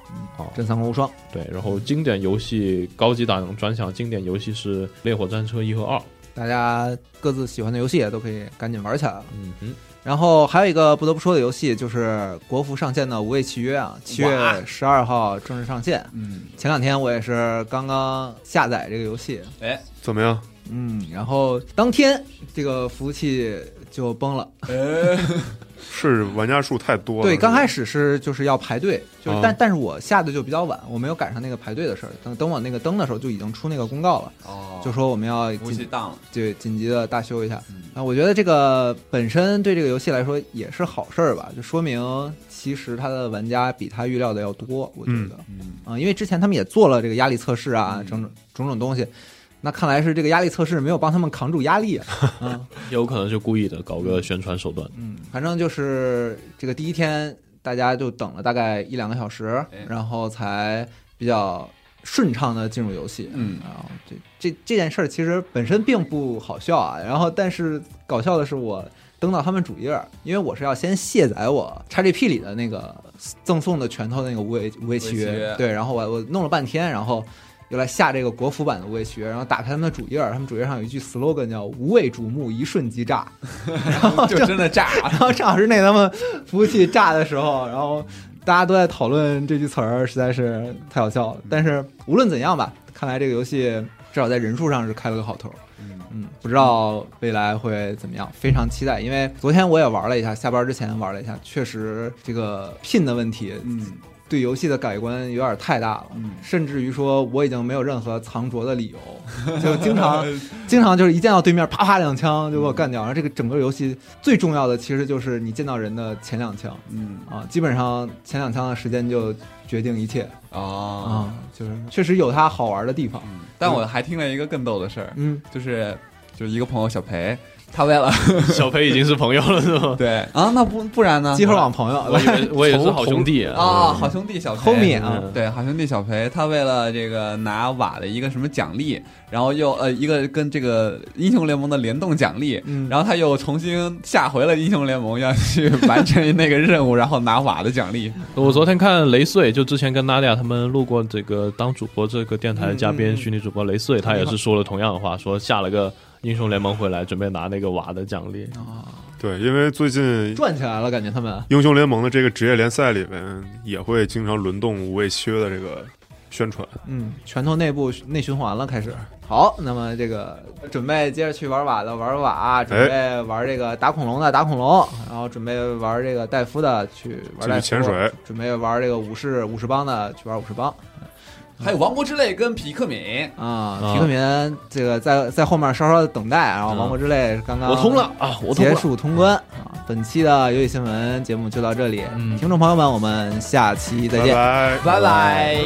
真三国无双。 对，然后经典游戏高级档专享经典游戏是《烈火战车1和2》， 大家各自喜欢的游戏都可以赶紧玩起来了。然后还有一个不得不说的游戏就是国服上线的《无畏契约》啊，7月12号正式上线。前2天我也是刚刚下载这个游戏， 怎么样？ 然后当天这个服务器就崩了。 是玩家数太多了。 对，刚开始就是要排队，就是但是我下的就比较晚，我没有赶上那个排队的事儿。等我那个登的时候就已经出那个公告了，就说我们要紧急的大修一下。我觉得这个本身对这个游戏来说也是好事儿吧，就说明其实他的玩家比他预料的要多，我觉得。因为之前他们也做了这个压力测试啊，种种东西。那看来是这个压力测试没有帮他们扛住压力啊， 有可能是故意的搞个宣传手段。 反正就是这个第一天大家就等了大概1-2个小时，然后才比较顺畅的进入游戏。然后这件事儿其实本身并不好笑啊，然后但是搞笑的是我登到他们主页，因为我是要先卸载我 XGP 里的那个赠送的拳头的那个无畏契约，对，然后我弄了半天，然后又来下这个国服版的无畏契约，然后打开他们的主页，他们主页上有一句 slogan 叫无畏瞩目，一瞬即炸，然后就真的炸， 然后正好是那他们服务器炸的时候，然后大家都在讨论这句词儿，实在是太好笑了。但是无论怎样吧，看来这个游戏至少在人数上是开了个好头。不知道未来会怎么样，非常期待。因为昨天我也玩了一下，下班之前玩了一下，确实这个pin的问题，对游戏的改观有点太大了，甚至于说我已经没有任何藏拙的理由，就经常就是一见到对面啪啪2枪就给我干掉。然后这个整个游戏最重要的其实就是你见到人的前2枪，基本上前2枪的时间就决定一切就是确实有它好玩的地方。 但我还听了一个更逗的事儿，就是一个朋友小裴。他为了小裴已经是朋友了是吗？ 对啊，那不然呢？ 集合网朋友， 我也是好兄弟啊，好兄弟小裴 homie 啊， 对，好兄弟小裴，他为了这个拿瓦的一个什么奖励，然后又一个跟这个英雄联盟的联动奖励，然后他又重新下回了英雄联盟，要去完成那个任务，然后拿瓦的奖励。 我昨天看雷穗，就之前跟娜迪亚他们录过这个当主播这个电台的嘉宾虚拟主播雷穗，他也是说了同样的话，说下了个英雄联盟回来，准备拿那个瓦的奖励对，因为最近转起来了，感觉他们英雄联盟的这个职业联赛里面也会经常轮动无畏契约的这个宣传。 拳头内部内循环了，开始。好，那么这个准备接着去玩瓦的玩瓦，准备玩这个打恐龙的打恐龙，然后准备玩这个戴夫的去玩戴夫， 潜水， 准备玩这个武士帮的去玩武士帮。 还有王国之泪跟匹克敏匹克敏这个在后面稍稍的等待，然后王国之泪刚刚我通了啊，我结束通关本期的游戏新闻节目就到这里，听众朋友们，我们下期再见， 拜拜。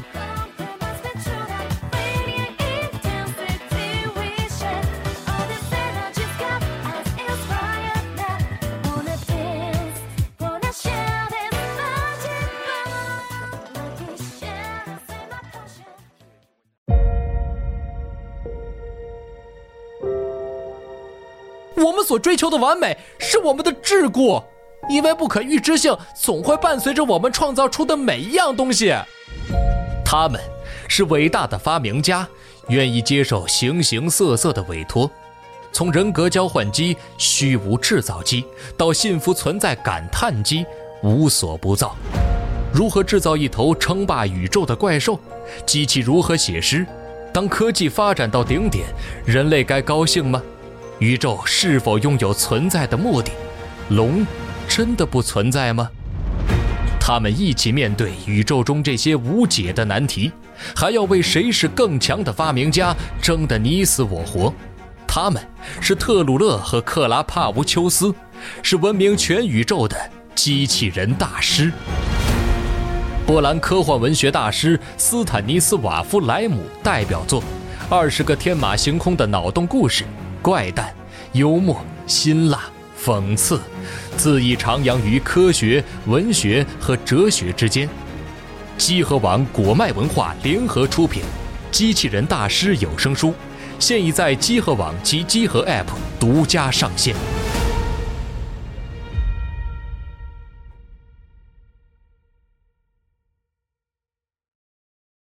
我们所追求的完美是我们的桎梏，因为不可预知性总会伴随着我们创造出的每一样东西。他们是伟大的发明家，愿意接受形形色色的委托，从人格交换机、虚无制造机到幸福存在感叹机，无所不造。如何制造一头称霸宇宙的怪兽？机器如何写诗？当科技发展到顶点，人类该高兴吗？宇宙是否拥有存在的目的？龙真的不存在吗？他们一起面对宇宙中这些无解的难题，还要为谁是更强的发明家争得你死我活。他们是特鲁勒和克拉帕乌丘斯，是闻名全宇宙的机器人大师。波兰科幻文学大师斯坦尼斯瓦夫莱姆代表作20个天马行空的脑洞故事，怪诞、幽默、辛辣、讽刺，恣意徜徉于科学、文学和哲学之间。机核网果麦文化联合出品，《机器人大师》有声书，现已在机核网及机核 App 独家上线。